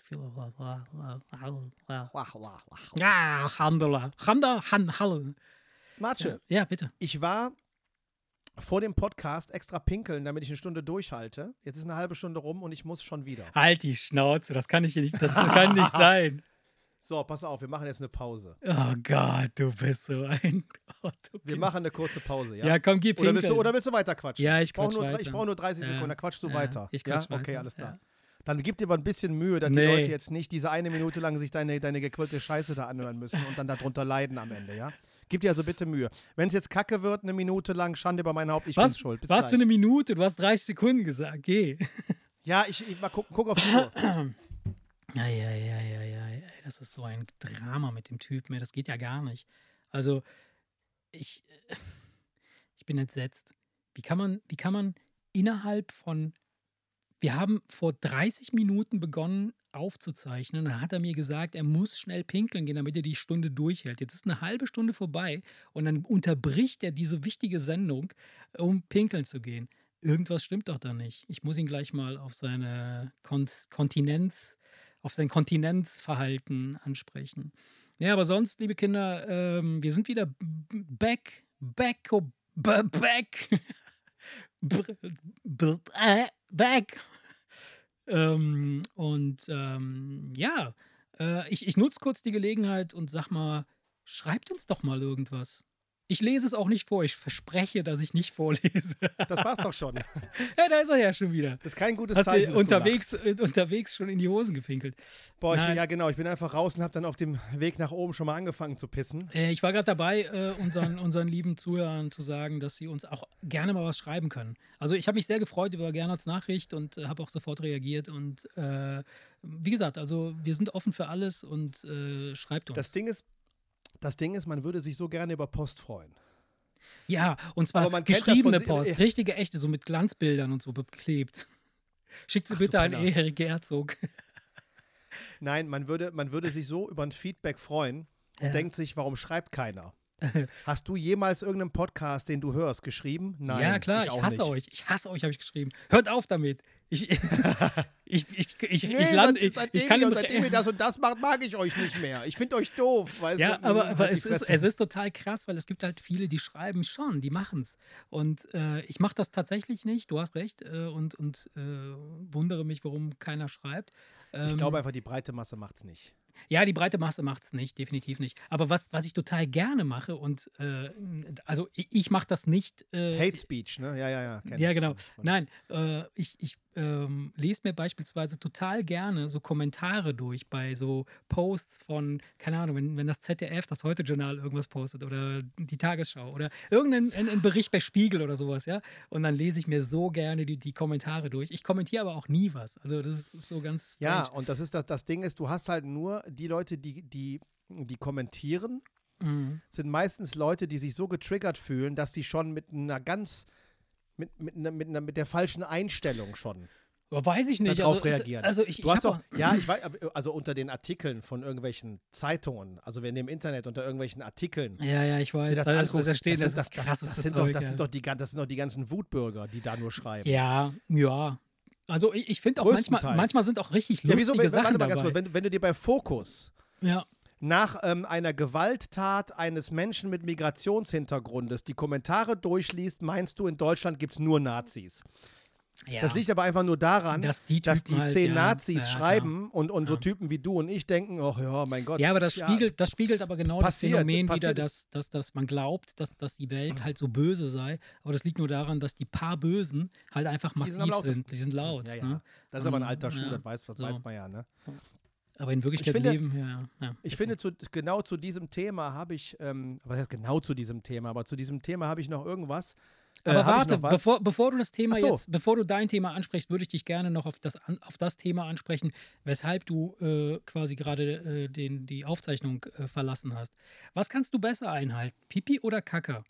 ja, Handala.
Matsche,
Ja, bitte.
ich war vor dem Podcast extra pinkeln, damit ich eine Stunde durchhalte. Jetzt ist eine halbe Stunde rum und ich muss schon wieder.
Halt die Schnauze, das kann nicht sein.
So, pass auf, wir machen jetzt eine Pause.
Oh Gott, du bist so ein Gott.
Wir machen eine kurze Pause, ja?
Ja, komm, geh pinkeln.
Oder willst du weiter quatschen?
Ja, ich
brauche
quatsch weiter.
Ich brauche nur 30 Sekunden, dann quatschst du weiter.
Ich
ja?
quatsch
Okay,
weiter,
alles klar.
ja.
Dann gib dir aber ein bisschen Mühe, dass die
Nee.
Leute jetzt nicht diese eine Minute lang sich deine gequirlte Scheiße da anhören müssen und dann darunter leiden am Ende, ja? Gib dir also bitte Mühe. Wenn es jetzt kacke wird, eine Minute lang, Schande über mein Haupt, ich bin's schuld. Bis
Was
gleich.
für eine Minute? Du hast 30 Sekunden gesagt. Geh.
Ja, ich mal guck auf die Uhr.
Ey, das ist so ein Drama mit dem Typen. Das geht ja gar nicht. Also, ich bin entsetzt. Wie kann man innerhalb von. Wir haben vor 30 Minuten begonnen aufzuzeichnen. Dann hat er mir gesagt, er muss schnell pinkeln gehen, damit er die Stunde durchhält. Jetzt ist eine halbe Stunde vorbei und dann unterbricht er diese wichtige Sendung, um pinkeln zu gehen. Irgendwas stimmt doch da nicht. Ich muss ihn gleich mal auf seine auf sein Kontinenzverhalten ansprechen. Ja, aber sonst, liebe Kinder, wir sind wieder back. Ich nutze kurz die Gelegenheit und sag mal, schreibt uns doch mal irgendwas. Ich lese es auch nicht vor, ich verspreche, dass ich nicht vorlese.
Das war's doch schon.
Ja, da ist er ja schon wieder.
Das ist kein gutes
Hast
Zeichen.
du
dass du
unterwegs schon in die Hosen gepinkelt?
Boah,
Nein.
ja genau, ich bin einfach raus und habe dann auf dem Weg nach oben schon mal angefangen zu pissen.
Ich war gerade dabei, unseren lieben Zuhörern zu sagen, dass sie uns auch gerne mal was schreiben können. Also ich habe mich sehr gefreut über Gernhards Nachricht und habe auch sofort reagiert. Und wie gesagt, also wir sind offen für alles und schreibt uns.
Das Ding ist, man würde sich so gerne über Post freuen.
Ja, und zwar
Aber man kennt das
geschriebene
von-
Post, richtige, echte, so mit Glanzbildern und so beklebt. Schickt sie bitte an
Penner.
Erik Herzog.
Nein, man würde sich so über ein Feedback freuen und
Ja.
denkt sich, warum schreibt keiner? Hast du jemals irgendeinen Podcast, den du hörst, geschrieben? Nein,
Ja, klar, ich
auch
hasse
nicht.
euch. Ich hasse euch, habe ich geschrieben. Hört auf damit. Ich
Nee,
lande.
seitdem ihr das und das macht, mag ich euch nicht mehr. Ich finde euch doof. Weißt
Ja,
du?
aber
Halt die
es
Fresse.
ist total krass, weil es gibt halt viele, die schreiben schon, die machen es. Und ich mache das tatsächlich nicht, du hast recht, und wundere mich, warum keiner schreibt.
Ich glaube einfach, die breite Masse macht's nicht.
Ja, die breite Masse macht es nicht, definitiv nicht. Aber was ich total gerne mache und also ich mache das nicht.
Hate Speech, ne? Ja. kenn
Ja,
ich.
genau. Nein, ich lese mir beispielsweise total gerne so Kommentare durch bei so Posts von, keine Ahnung, wenn das ZDF, das Heute-Journal irgendwas postet oder die Tagesschau oder irgendein Bericht bei Spiegel oder sowas, ja. Und dann lese ich mir so gerne die Kommentare durch. Ich kommentiere aber auch nie was. Also das ist so ganz
Ja,
strange.
und das Ding ist, du hast halt nur die Leute, die kommentieren,
Mhm.
sind meistens Leute, die sich so getriggert fühlen, dass die schon mit der falschen Einstellung schon
Aber weiß ich nicht.
darauf
Also,
reagieren.
Also ich
Du hast
hab
doch, ja, ich weiß, also unter den Artikeln von irgendwelchen Zeitungen, also wenn du im Internet unter irgendwelchen Artikeln
Ja, ich weiß.
das
Da
anguckst,
steht
das
das krasseste
sind
Zeug,
doch
ja.
das sind doch die ganzen Wutbürger, die da nur schreiben.
Ja. Also ich finde auch
Größtenteils.
manchmal sind auch richtig
Ja,
lustige
wieso?
Sachen
Warte mal ganz
dabei.
kurz, wenn du dir bei Fokus
Ja.
nach einer Gewalttat eines Menschen mit Migrationshintergrundes die Kommentare durchliest, meinst du, in Deutschland gibt es nur Nazis.
Ja.
Das liegt aber einfach nur daran,
Dass die
dass
Typen
die
halt,
10
ja,
Nazis
ja,
schreiben und so
Ja.
Typen wie du und ich denken, ach ja, mein Gott.
Ja, aber das spiegelt aber genau
Passiert,
das Phänomen wieder,
passiert
dass man glaubt, dass die Welt halt so böse sei. Aber das liegt nur daran, dass die paar Bösen halt einfach
Die sind am
massiv
lautesten.
sind. Die sind laut.
Ja, ja.
Ne?
Das ist aber ein alter Schuh,
Ja,
das weiß
so.
man ja. Ne?
Aber in Wirklichkeit
finde-
leben, ja.
Ich finde, genau zu diesem Thema habe ich, was heißt genau zu diesem Thema, aber zu diesem Thema habe ich noch irgendwas.
Aber
hab ich
warte,
noch was?
bevor du das Thema
Ach so.
bevor du dein Thema ansprichst, würde ich dich gerne noch auf das Thema ansprechen, weshalb du quasi gerade die Aufzeichnung verlassen hast. Was kannst du besser einhalten? Pipi oder Kaka?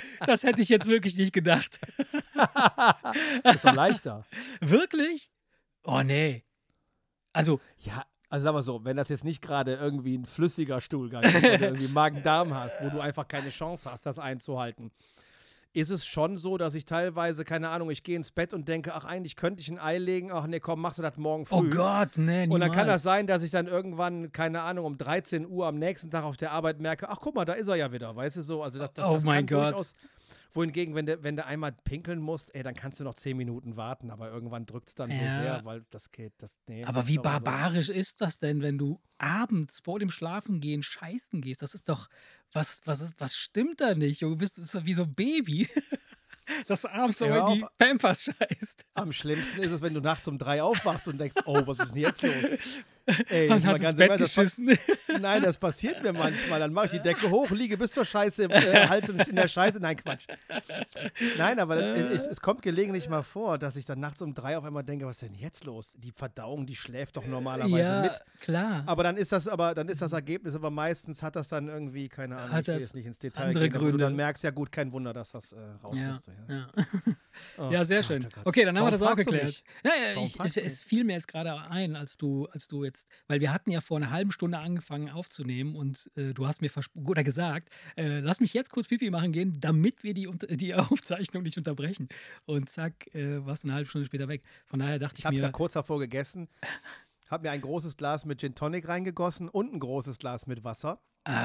Das hätte ich jetzt wirklich nicht gedacht.
Das ist doch leichter.
Wirklich? Oh, nee. Also,
Ja, also sag mal so, wenn das jetzt nicht gerade irgendwie ein flüssiger Stuhlgang ist, wenn du irgendwie Magen-Darm hast, wo du einfach keine Chance hast, das einzuhalten, ist es schon so, dass ich teilweise, keine Ahnung, ich gehe ins Bett und denke, ach, eigentlich könnte ich ein Ei legen, ach nee, komm, machst du das morgen früh.
oh Gott, nee,
Und dann kann
niemals.
das sein, dass ich dann irgendwann, keine Ahnung, um 13 Uhr am nächsten Tag auf der Arbeit merke, ach guck mal, da ist er ja wieder, weißt du so. Also das
Oh
das
mein
kann
Gott.
durchaus. Wohingegen, wenn du einmal pinkeln musst, ey, dann kannst du noch 10 Minuten warten, aber irgendwann drückt es dann so
Ja.
sehr, weil das geht, nee.
Aber wie
ich glaube,
barbarisch ist das denn, wenn du abends vor dem Schlafengehen scheißen gehst? Das ist doch, was stimmt da nicht? Du bist wie so ein Baby, das abends so
Hör
in die
auf.
Pampers scheißt.
Am schlimmsten ist es, wenn du nachts um 3 aufwachst und denkst, oh, was ist denn jetzt los? Ey,
Und
mal
hast ins
ganz
Bett
im Ernst,
geschissen.
Nein, das passiert mir manchmal. Dann mache ich die Decke hoch, liege bis zur Scheiße, Hals in der Scheiße. Nein, Quatsch. Nein, aber es kommt gelegentlich mal vor, dass ich dann nachts um 3 auf einmal denke, was ist denn jetzt los? Die Verdauung, die schläft doch normalerweise
Ja,
mit.
klar.
Aber dann ist das Ergebnis, aber meistens hat das dann irgendwie, keine Ahnung,
Hat
ich will
das
jetzt nicht ins Detail
andere
gehen, aber wo du
Gründe.
dann merkst, ja gut, kein Wunder, dass das raus
Ja,
musste. Ja.
ja.
Oh
Ja, sehr
Gott,
schön.
oh Gott.
Okay, dann haben wir das
Warum
auch
fragst du
geklärt.
mich?
Naja,
Warum fragst du
es
mich?
fiel mir jetzt gerade ein, als du jetzt, weil wir hatten ja vor einer halben Stunde angefangen aufzunehmen und du hast mir gesagt, lass mich jetzt kurz Pipi machen gehen, damit wir die Aufzeichnung nicht unterbrechen. Und zack, warst du eine halbe Stunde später weg. Von daher dachte
Ich
ich
habe da
mir,
kurz davor gegessen, habe mir ein großes Glas mit Gin Tonic reingegossen und ein großes Glas mit Wasser.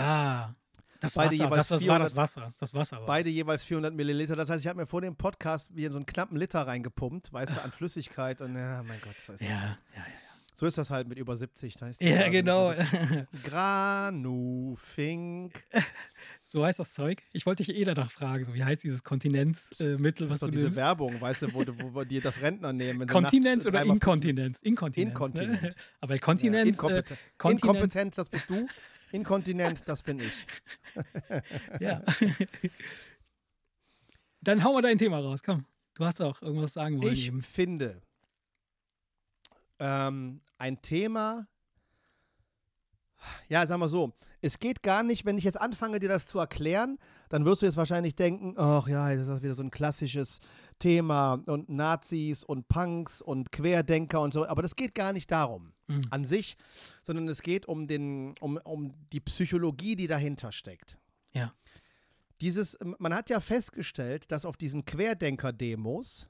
das
beide
Wasser,
jeweils
das war
400
das Wasser. Das Wasser war
Beide jeweils 400 Milliliter. Das heißt, ich habe mir vor dem Podcast wie in so einen knappen Liter reingepumpt, weißt du, an Flüssigkeit. Und ja, mein Gott, so ist das.
Ja,
So ist das halt mit über 70. Da ist die
ja,
Blase
genau.
nicht Granufink.
So heißt das Zeug. Ich wollte dich danach fragen, so, wie heißt dieses Kontinenzmittel,
Das
was
ist doch
du
diese
nimmst?
Werbung, weißt du, wo die das Rentner nehmen. wenn sie
Kontinenz
nachts
oder
dreimal pissen
Inkontinenz? Inkontinenz.
Inkontinent.
Ne? Aber
müssen.
Kontinenz.
Ja,
Kontinenz.
Inkompetent, das bist du. Inkontinent, das bin ich.
Ja. Dann hau mal dein Thema raus, komm. Du hast auch irgendwas sagen wollen
Ich
eben.
finde, ein Thema, ja, sagen wir so, es geht gar nicht, wenn ich jetzt anfange, dir das zu erklären, dann wirst du jetzt wahrscheinlich denken, ach ja, jetzt ist das wieder so ein klassisches Thema und Nazis und Punks und Querdenker und so, aber das geht gar nicht darum an sich, sondern es geht um die Psychologie, die dahinter steckt.
Ja.
Man hat ja festgestellt, dass auf diesen Querdenker-Demos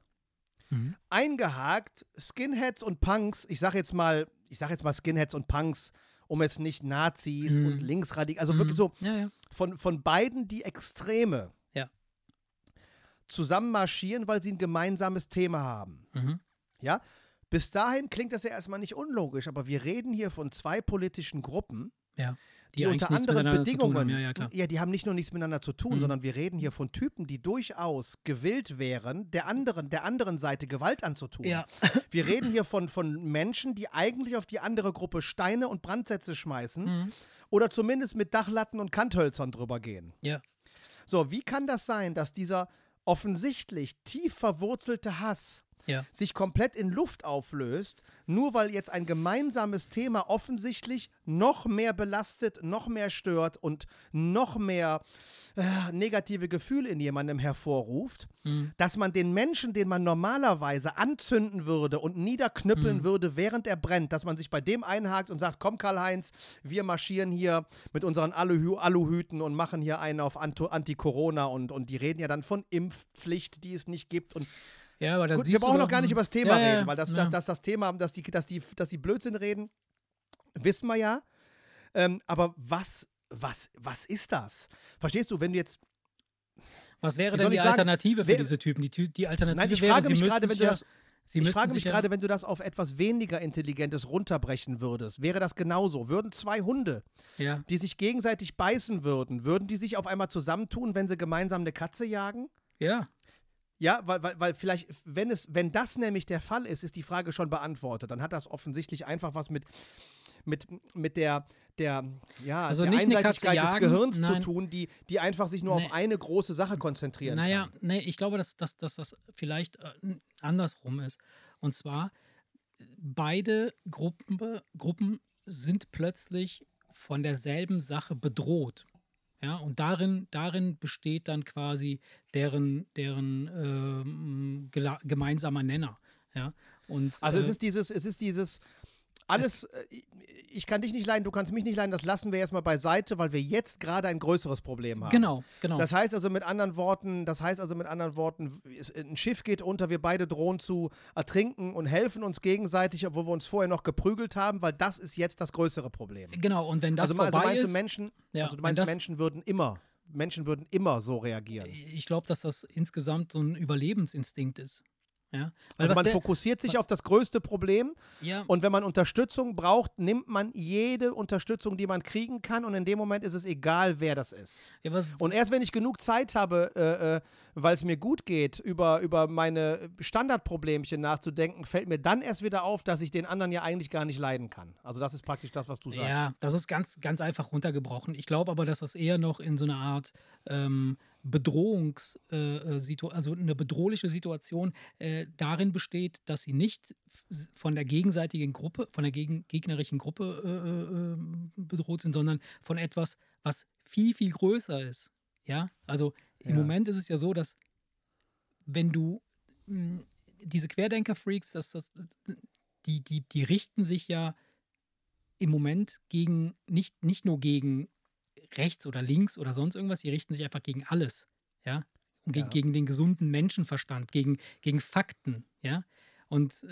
eingehakt Skinheads und Punks, ich sag jetzt mal Skinheads und Punks, um jetzt nicht Nazis und Linksradikal, also wirklich so
Ja.
von beiden die Extreme
Ja.
zusammen marschieren, weil sie ein gemeinsames Thema haben.
Mhm.
Ja? Bis dahin klingt das ja erstmal nicht unlogisch, aber wir reden hier von zwei politischen Gruppen,
Ja.
die
eigentlich
unter
nichts
anderen
miteinander zu tun haben.
Bedingungen,
Ja, klar.
die haben nicht nur nichts miteinander zu tun, sondern wir reden hier von Typen, die durchaus gewillt wären, der anderen Seite Gewalt anzutun.
Ja.
Wir reden hier von Menschen, die eigentlich auf die andere Gruppe Steine und Brandsätze schmeißen oder zumindest mit Dachlatten und Kanthölzern drüber gehen.
Ja.
So, wie kann das sein, dass dieser offensichtlich tief verwurzelte Hass
Ja.
sich komplett in Luft auflöst, nur weil jetzt ein gemeinsames Thema offensichtlich noch mehr belastet, noch mehr stört und noch mehr negative Gefühle in jemandem hervorruft, dass man den Menschen, den man normalerweise anzünden würde und niederknüppeln würde, während er brennt, dass man sich bei dem einhakt und sagt, komm Karl-Heinz, wir marschieren hier mit unseren Aluhüten und machen hier einen auf Anti-Corona und die reden ja dann von Impfpflicht, die es nicht gibt und
Ja, aber dann
gut, wir
siehst du
brauchen
doch,
noch gar nicht über das Thema
Ja, ja,
reden, weil das Thema, dass die Blödsinn reden, wissen wir ja. Aber was ist das? Verstehst du, wenn du jetzt.
Was wäre
Wie
denn
soll
die
ich sagen?
Alternative für
Wer-
diese Typen? Die Alternative
Nein, ich
wäre,
frage
sie
mich
müssten
gerade, wenn
sich
du
ja-
das.
sie
Ich
müssten
frage
sich
mich gerade, wenn du das auf etwas weniger Intelligentes runterbrechen würdest, wäre das genauso. Würden zwei Hunde,
Ja.
die sich gegenseitig beißen würden die sich auf einmal zusammentun, wenn sie gemeinsam eine Katze jagen?
Ja.
Ja, weil vielleicht, wenn das nämlich der Fall ist, ist die Frage schon beantwortet. Dann hat das offensichtlich einfach was mit der
Also
der
nicht eine
Einseitigkeit
Katze
des
jagen,
Gehirns
nein.
zu tun, die einfach sich nur
Nee.
auf eine große Sache konzentrieren
Naja,
kann.
nee, ich glaube, dass das vielleicht andersrum ist. Und zwar, beide Gruppen sind plötzlich von derselben Sache bedroht. Ja, und darin besteht dann quasi deren gemeinsamer Nenner. Ja, und,
Also es ist dieses alles, ich kann dich nicht leiden, du kannst mich nicht leiden, das lassen wir jetzt mal beiseite, weil wir jetzt gerade ein größeres Problem haben.
Genau.
Das heißt also mit anderen Worten, ein Schiff geht unter, wir beide drohen zu ertrinken und helfen uns gegenseitig, obwohl wir uns vorher noch geprügelt haben, weil das ist jetzt das größere Problem.
Genau, und wenn das
also
vorbei
meinst
ist...
du Menschen würden immer so reagieren.
Ich glaube, dass das insgesamt so ein Überlebensinstinkt ist. Ja? Weil
Also man fokussiert sich auf das größte Problem und wenn man Unterstützung braucht, nimmt man jede Unterstützung, die man kriegen kann und in dem Moment ist es egal, wer das ist.
Ja,
und erst wenn ich genug Zeit habe, weil es mir gut geht, über meine Standardproblemchen nachzudenken, fällt mir dann erst wieder auf, dass ich den anderen ja eigentlich gar nicht leiden kann. Also das ist praktisch das, was du sagst.
Ja, das ist ganz, ganz einfach runtergebrochen. Ich glaube aber, dass das eher noch in so einer Art also eine bedrohliche Situation darin besteht, dass sie nicht von der gegenseitigen Gruppe, von der gegnerischen Gruppe bedroht sind, sondern von etwas, was viel, viel größer ist. Ja, also im Moment ist es ja so, dass wenn du diese Querdenker-Freaks, die richten sich ja im Moment gegen, nicht nur gegen rechts oder links oder sonst irgendwas, die richten sich einfach gegen alles, ja, und gegen den gesunden Menschenverstand, gegen Fakten, ja, und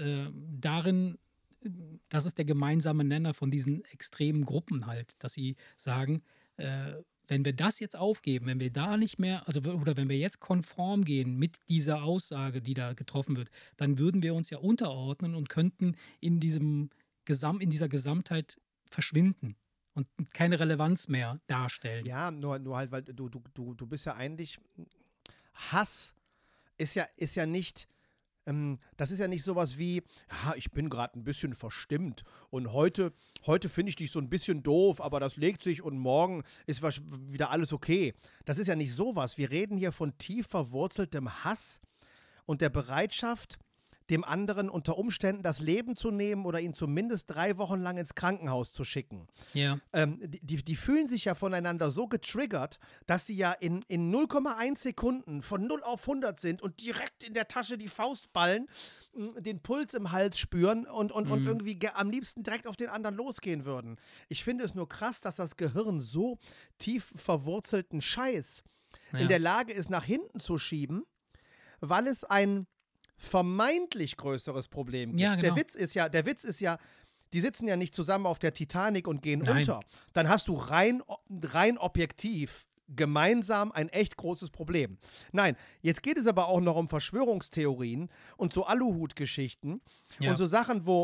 das ist der gemeinsame Nenner von diesen extremen Gruppen halt, dass sie sagen, wenn wir das jetzt aufgeben, wenn wir da nicht mehr, oder wenn wir jetzt konform gehen mit dieser Aussage, die da getroffen wird, dann würden wir uns ja unterordnen und könnten in dieser Gesamtheit verschwinden und keine Relevanz mehr darstellen.
Ja, nur halt, weil du bist ja eigentlich, Hass ist ja nicht, das ist ja nicht sowas wie, ja, ich bin gerade ein bisschen verstimmt und heute finde ich dich so ein bisschen doof, aber das legt sich und morgen ist wieder alles okay. Das ist ja nicht sowas. Wir reden hier von tief verwurzeltem Hass und der Bereitschaft, dem anderen unter Umständen das Leben zu nehmen oder ihn zumindest 3 Wochen lang ins Krankenhaus zu schicken.
Ja.
Die fühlen sich ja voneinander so getriggert, dass sie ja in 0,1 Sekunden von 0 auf 100 sind und direkt in der Tasche die Faust ballen, den Puls im Hals spüren und irgendwie am liebsten direkt auf den anderen losgehen würden. Ich finde es nur krass, dass das Gehirn so tief verwurzelten Scheiß in der Lage ist, nach hinten zu schieben, weil es ein vermeintlich größeres Problem gibt.
Ja, genau.
Der Witz ist ja, die sitzen ja nicht zusammen auf der Titanic und gehen unter. Dann hast du rein objektiv gemeinsam ein echt großes Problem. Nein, jetzt geht es aber auch noch um Verschwörungstheorien und so Aluhut-Geschichten und so Sachen, wo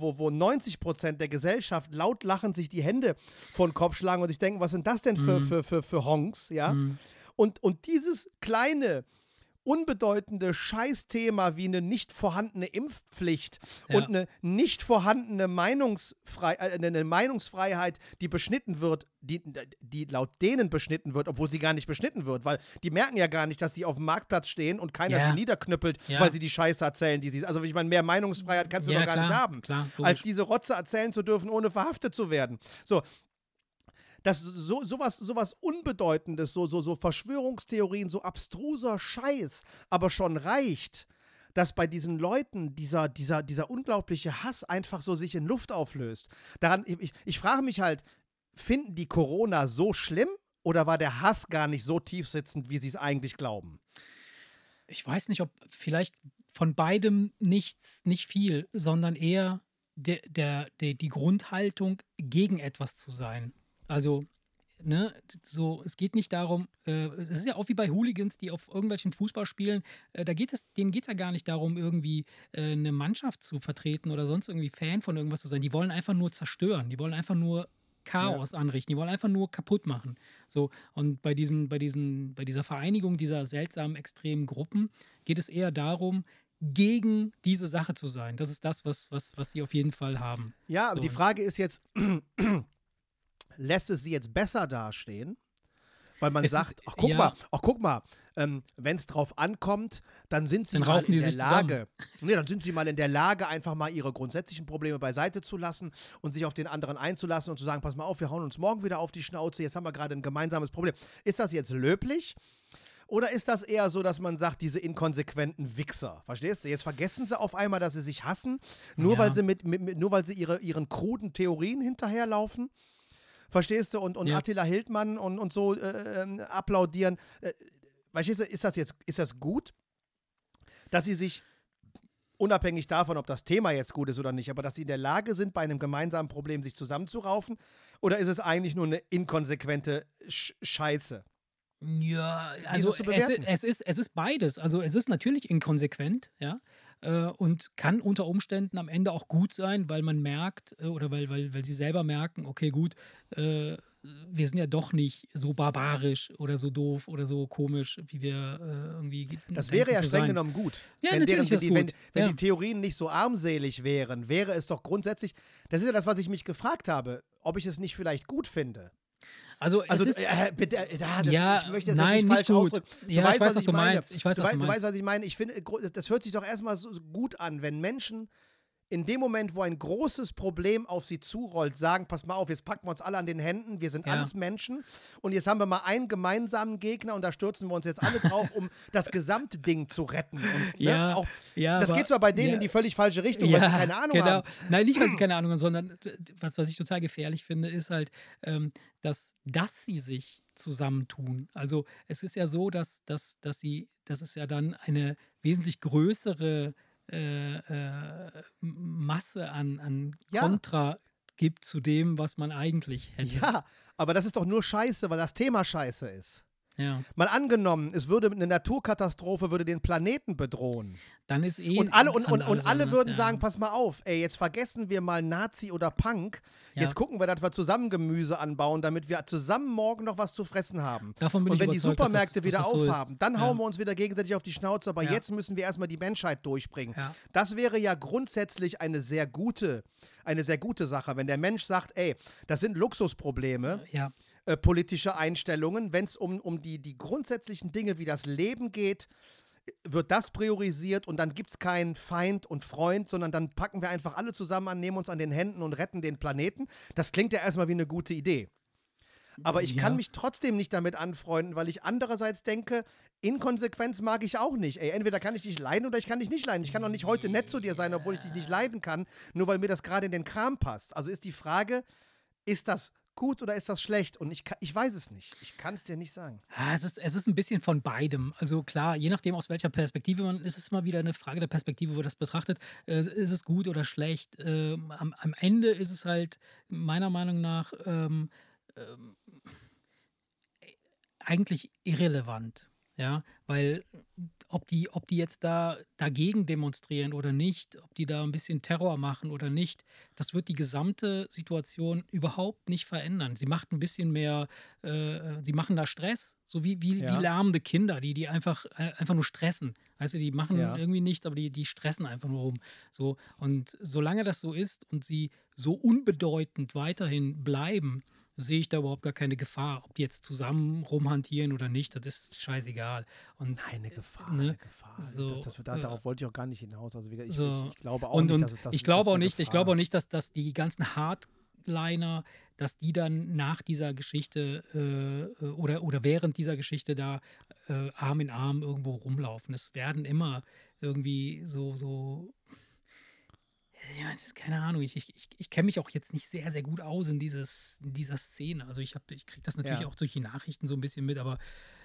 90% der Gesellschaft laut lachend sich die Hände vor den Kopf schlagen und sich denken, was sind das denn für Honks, ja? Und dieses kleine unbedeutende Scheißthema wie eine nicht vorhandene Impfpflicht und eine nicht vorhandene Meinungsfreiheit, die beschnitten wird, die laut denen beschnitten wird, obwohl sie gar nicht beschnitten wird, weil die merken ja gar nicht, dass sie auf dem Marktplatz stehen und keiner sie niederknüppelt, weil sie die Scheiße erzählen, also ich meine, mehr Meinungsfreiheit kannst du doch gar nicht haben, als diese Rotze erzählen zu dürfen, ohne verhaftet zu werden. So. Das sowas Unbedeutendes, so Verschwörungstheorien, so abstruser Scheiß, aber schon reicht, dass bei diesen Leuten dieser unglaubliche Hass einfach so sich in Luft auflöst. Ich frage mich halt, finden die Corona so schlimm oder war der Hass gar nicht so tiefsitzend, wie sie es eigentlich glauben?
Ich weiß nicht, ob vielleicht von beidem nicht viel, sondern eher die Grundhaltung, gegen etwas zu sein. Also, ne, so, es geht nicht darum, es ist ja auch wie bei Hooligans, die auf irgendwelchen Fußballspielen, denen geht es ja gar nicht darum, irgendwie eine Mannschaft zu vertreten oder sonst irgendwie Fan von irgendwas zu sein. Die wollen einfach nur zerstören, die wollen einfach nur Chaos anrichten, die wollen einfach nur kaputt machen. So, und bei dieser Vereinigung dieser seltsamen extremen Gruppen geht es eher darum, gegen diese Sache zu sein. Das ist das, was sie auf jeden Fall haben.
Ja, aber die Frage ist jetzt, lässt es sie jetzt besser dastehen, Weil man sagt, ach guck mal, wenn es drauf ankommt, dann sind sie mal in der Lage. Nee, dann sind sie mal in der Lage, einfach mal ihre grundsätzlichen Probleme beiseite zu lassen und sich auf den anderen einzulassen und zu sagen, pass mal auf, wir hauen uns morgen wieder auf die Schnauze, jetzt haben wir gerade ein gemeinsames Problem. Ist das jetzt löblich? Oder ist das eher so, dass man sagt, diese inkonsequenten Wichser, verstehst du? Jetzt vergessen sie auf einmal, dass sie sich hassen, nur weil sie nur weil sie ihren kruden Theorien hinterherlaufen. Verstehst du? Und Attila Hildmann und so applaudieren. Verstehst du, ist das gut, dass sie sich, unabhängig davon, ob das Thema jetzt gut ist oder nicht, aber dass sie in der Lage sind, bei einem gemeinsamen Problem sich zusammenzuraufen? Oder ist es eigentlich nur eine inkonsequente Scheiße?
Ja, also es ist beides. Also es ist natürlich inkonsequent, ja, und kann unter Umständen am Ende auch gut sein, weil man merkt oder weil sie selber merken, okay, gut, wir sind ja doch nicht so barbarisch oder so doof oder so komisch, wie wir irgendwie.
Das wäre ja streng genommen gut.
Ja, natürlich ist gut.
Wenn die Theorien nicht so armselig wären, wäre es doch grundsätzlich, das ist ja das, was ich mich gefragt habe, ob ich es nicht vielleicht gut finde.
Also
bitte,
ja,
ich möchte das
nein,
nicht falsch ausdrücken.
Ja,
weißt,
ich weiß, was du
meine.
meinst. Du
weißt, was ich meine. Ich finde, das hört sich doch erstmal so gut an, wenn Menschen in dem Moment, wo ein großes Problem auf sie zurollt, sagen, pass mal auf, jetzt packen wir uns alle an den Händen, wir sind alles Menschen und jetzt haben wir mal einen gemeinsamen Gegner und da stürzen wir uns jetzt alle drauf, um das gesamte Ding zu retten. Und, das geht zwar bei denen in die völlig falsche Richtung, weil sie keine Ahnung haben. Nein,
nicht, weil sie keine Ahnung haben, sondern was ich total gefährlich finde, ist halt, dass sie sich zusammentun. Also es ist ja so, dass es ja dann eine wesentlich größere Masse an Kontra gibt zu dem, was man eigentlich hätte.
Ja, aber das ist doch nur Scheiße, weil das Thema Scheiße ist.
Ja.
Mal angenommen, eine Naturkatastrophe würde den Planeten bedrohen.
Dann ist
und alle würden sagen, pass mal auf, ey, jetzt vergessen wir mal Nazi oder Punk. Jetzt gucken wir, dass wir zusammen Gemüse anbauen, damit wir zusammen morgen noch was zu fressen haben.
Und
wenn die Supermärkte wieder aufhaben,
so
dann hauen wir uns wieder gegenseitig auf die Schnauze, aber jetzt müssen wir erstmal die Menschheit durchbringen. Ja. Das wäre ja grundsätzlich eine sehr gute Sache, wenn der Mensch sagt, ey, das sind Luxusprobleme.
Ja.
Politische Einstellungen. Wenn es um die grundsätzlichen Dinge wie das Leben geht, wird das priorisiert und dann gibt es keinen Feind und Freund, sondern dann packen wir einfach alle zusammen an, nehmen uns an den Händen und retten den Planeten. Das klingt ja erstmal wie eine gute Idee. Aber ich kann mich trotzdem nicht damit anfreunden, weil ich andererseits denke, Inkonsequenz mag ich auch nicht. Ey, entweder kann ich dich leiden oder ich kann dich nicht leiden. Ich kann doch nicht heute nett zu dir sein, obwohl ich dich nicht leiden kann, nur weil mir das gerade in den Kram passt. Also ist die Frage, ist das gut oder ist das schlecht? Und ich weiß es nicht. Ich kann es dir nicht sagen.
Es ist ein bisschen von beidem. Also klar, je nachdem, aus welcher Perspektive man, ist es immer wieder eine Frage der Perspektive, wo man das betrachtet. Ist es gut oder schlecht? Am Ende ist es halt meiner Meinung nach eigentlich irrelevant. Ja, weil ob die jetzt da dagegen demonstrieren oder nicht, ob die da ein bisschen Terror machen oder nicht, das wird die gesamte Situation überhaupt nicht verändern. Sie macht ein bisschen mehr, sie machen da Stress, so wie lärmende Kinder, die einfach nur stressen. Weißt du, die machen irgendwie nichts, aber die stressen einfach nur rum. So, und solange das so ist und sie so unbedeutend weiterhin bleiben, sehe ich da überhaupt gar keine Gefahr. Ob die jetzt zusammen rumhantieren oder nicht, das ist scheißegal. Und,
eine Gefahr,
ne?
eine Gefahr.
So,
darauf wollte ich auch gar nicht hinaus. Also ich glaube auch
nicht,
dass es das
ich glaube auch nicht, dass die ganzen Hardliner, dass die dann nach dieser Geschichte oder während dieser Geschichte da Arm in Arm irgendwo rumlaufen. Es werden immer irgendwie so ja, das ist keine Ahnung. Ich kenne mich auch jetzt nicht sehr, sehr gut aus in dieser Szene. Also ich kriege das natürlich auch durch die Nachrichten so ein bisschen mit, aber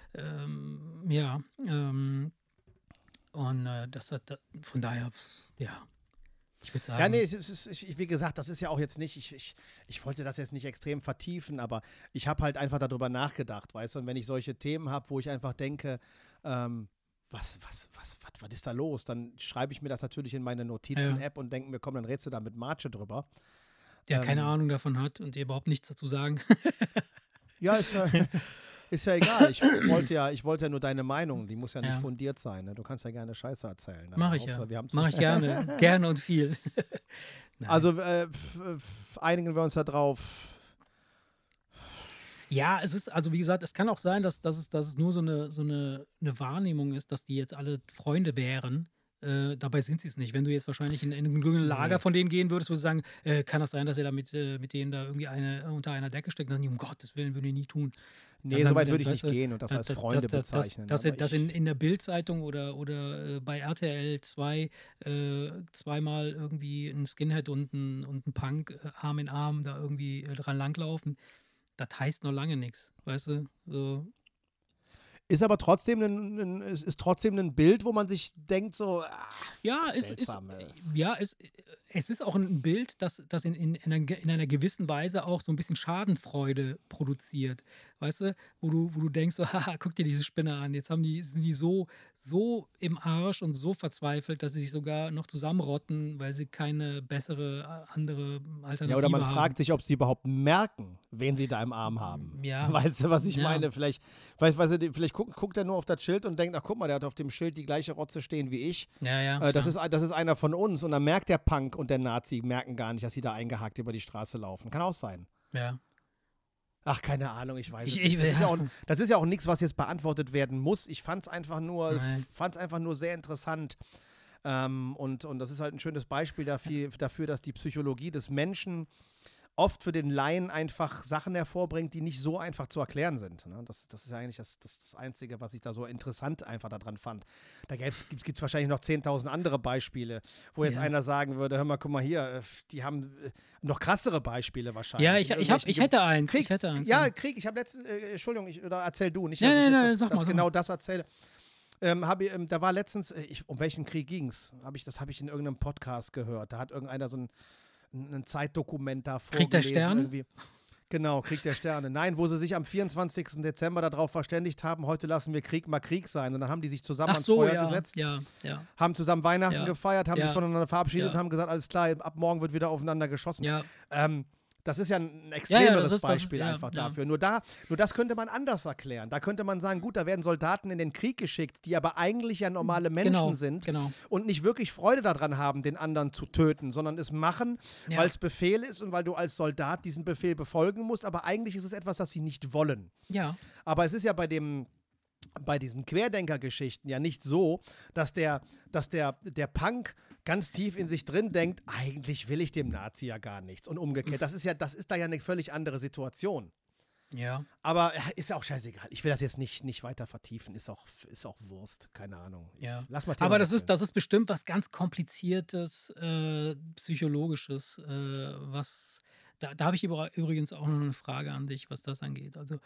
von daher, ja, ich würde sagen.
Ja, nee, wie gesagt, das ist ja auch jetzt nicht, ich wollte das jetzt nicht extrem vertiefen, aber ich habe halt einfach darüber nachgedacht, weißt du, und wenn ich solche Themen habe, wo ich einfach denke, was ist da los? Dann schreibe ich mir das natürlich in meine Notizen-App und denke mir, komm, dann redest du da mit Marce drüber.
Der keine Ahnung davon hat und dir überhaupt nichts dazu sagen.
Ja, ist ja egal. Ich wollte ja nur deine Meinung, die muss ja nicht fundiert sein. Ne? Du kannst ja gerne Scheiße erzählen.
Mache ich Mach ich gerne. Gerne und viel.
Also einigen wir uns da drauf.
Ja, es ist, also wie gesagt, es kann auch sein, dass es nur so eine Wahrnehmung ist, dass die jetzt alle Freunde wären. Dabei sind sie es nicht. Wenn du jetzt wahrscheinlich in ein Lager von denen gehen würdest, würdest du sagen, kann das sein, dass ihr da mit denen da irgendwie unter einer Decke steckt? Dann sagen die, um Gottes Willen, würde ich nie tun.
Nee, so weit würde ich nicht gehen und das als Freunde bezeichnen.
Dass in der Bild-Zeitung oder bei RTL 2 zweimal irgendwie ein Skinhead und ein Punk Arm in Arm da irgendwie dran langlaufen, das heißt noch lange nichts, weißt du? So.
Ist aber trotzdem ein Bild, wo man sich denkt so,
Ja, es ist auch ein Bild, das in einer gewissen Weise auch so ein bisschen Schadenfreude produziert. Weißt du, wo du denkst, so, haha, guck dir diese Spinner an. Jetzt sind die so im Arsch und so verzweifelt, dass sie sich sogar noch zusammenrotten, weil sie keine bessere, andere Alternative haben.
Ja, oder man fragt sich, ob sie überhaupt merken, wen sie da im Arm haben.
Ja.
Weißt du, was ich meine? Vielleicht guckt er nur auf das Schild und denkt, ach guck mal, der hat auf dem Schild die gleiche Rotze stehen wie ich.
Ja.
Das ist einer von uns. Und dann merkt der Punk und der Nazi merken gar nicht, dass sie da eingehakt über die Straße laufen. Kann auch sein.
Ja.
Ach, keine Ahnung, ich weiß nicht. Das ist ja auch nichts, was jetzt beantwortet werden muss. Ich fand es einfach nur sehr interessant. Und das ist halt ein schönes Beispiel dafür, dass die Psychologie des Menschen oft für den Laien einfach Sachen hervorbringt, die nicht so einfach zu erklären sind. Ne? Das ist ja eigentlich das Einzige, was ich da so interessant einfach daran fand. Da gibt es wahrscheinlich noch 10.000 andere Beispiele, wo jetzt einer sagen würde, hör mal, guck mal hier, die haben noch krassere Beispiele wahrscheinlich.
Ja, ich hätte eins.
Krieg, ich habe letztens, Entschuldigung, oder erzähl du, nicht,
dass ich
das erzähle. Da war letztens, um welchen Krieg ging es? Das habe ich in irgendeinem Podcast gehört. Da hat irgendeiner so ein Zeitdokument da vorgelesen.
Krieg der Sterne?
Irgendwie. Genau, Krieg der Sterne. Nein, wo sie sich am 24. Dezember darauf verständigt haben, heute lassen wir Krieg mal Krieg sein. Und dann haben die sich zusammen ans Feuer gesetzt, haben zusammen Weihnachten gefeiert, haben sich voneinander verabschiedet und haben gesagt, alles klar, ab morgen wird wieder aufeinander geschossen.
Ja.
Das ist ja ein extremeres Beispiel
einfach
dafür. Nur das könnte man anders erklären. Da könnte man sagen, gut, da werden Soldaten in den Krieg geschickt, die aber eigentlich ja normale Menschen sind und nicht wirklich Freude daran haben, den anderen zu töten, sondern es machen, weil es Befehl ist und weil du als Soldat diesen Befehl befolgen musst, aber eigentlich ist es etwas, das sie nicht wollen.
Ja.
Aber es ist ja bei diesen Querdenker-Geschichten ja nicht so, dass der Punk ganz tief in sich drin denkt, eigentlich will ich dem Nazi ja gar nichts. Und umgekehrt, das ist da ja eine völlig andere Situation.
Ja.
Aber ist ja auch scheißegal. Ich will das jetzt nicht weiter vertiefen. Ist auch Wurst. Keine Ahnung. Lass mal
Aber das ist bestimmt was ganz Kompliziertes, Psychologisches, was. Da habe ich übrigens auch noch eine Frage an dich, was das angeht. Also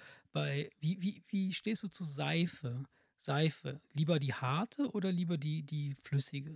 wie stehst du zu Seife? Seife, lieber die harte oder lieber die flüssige?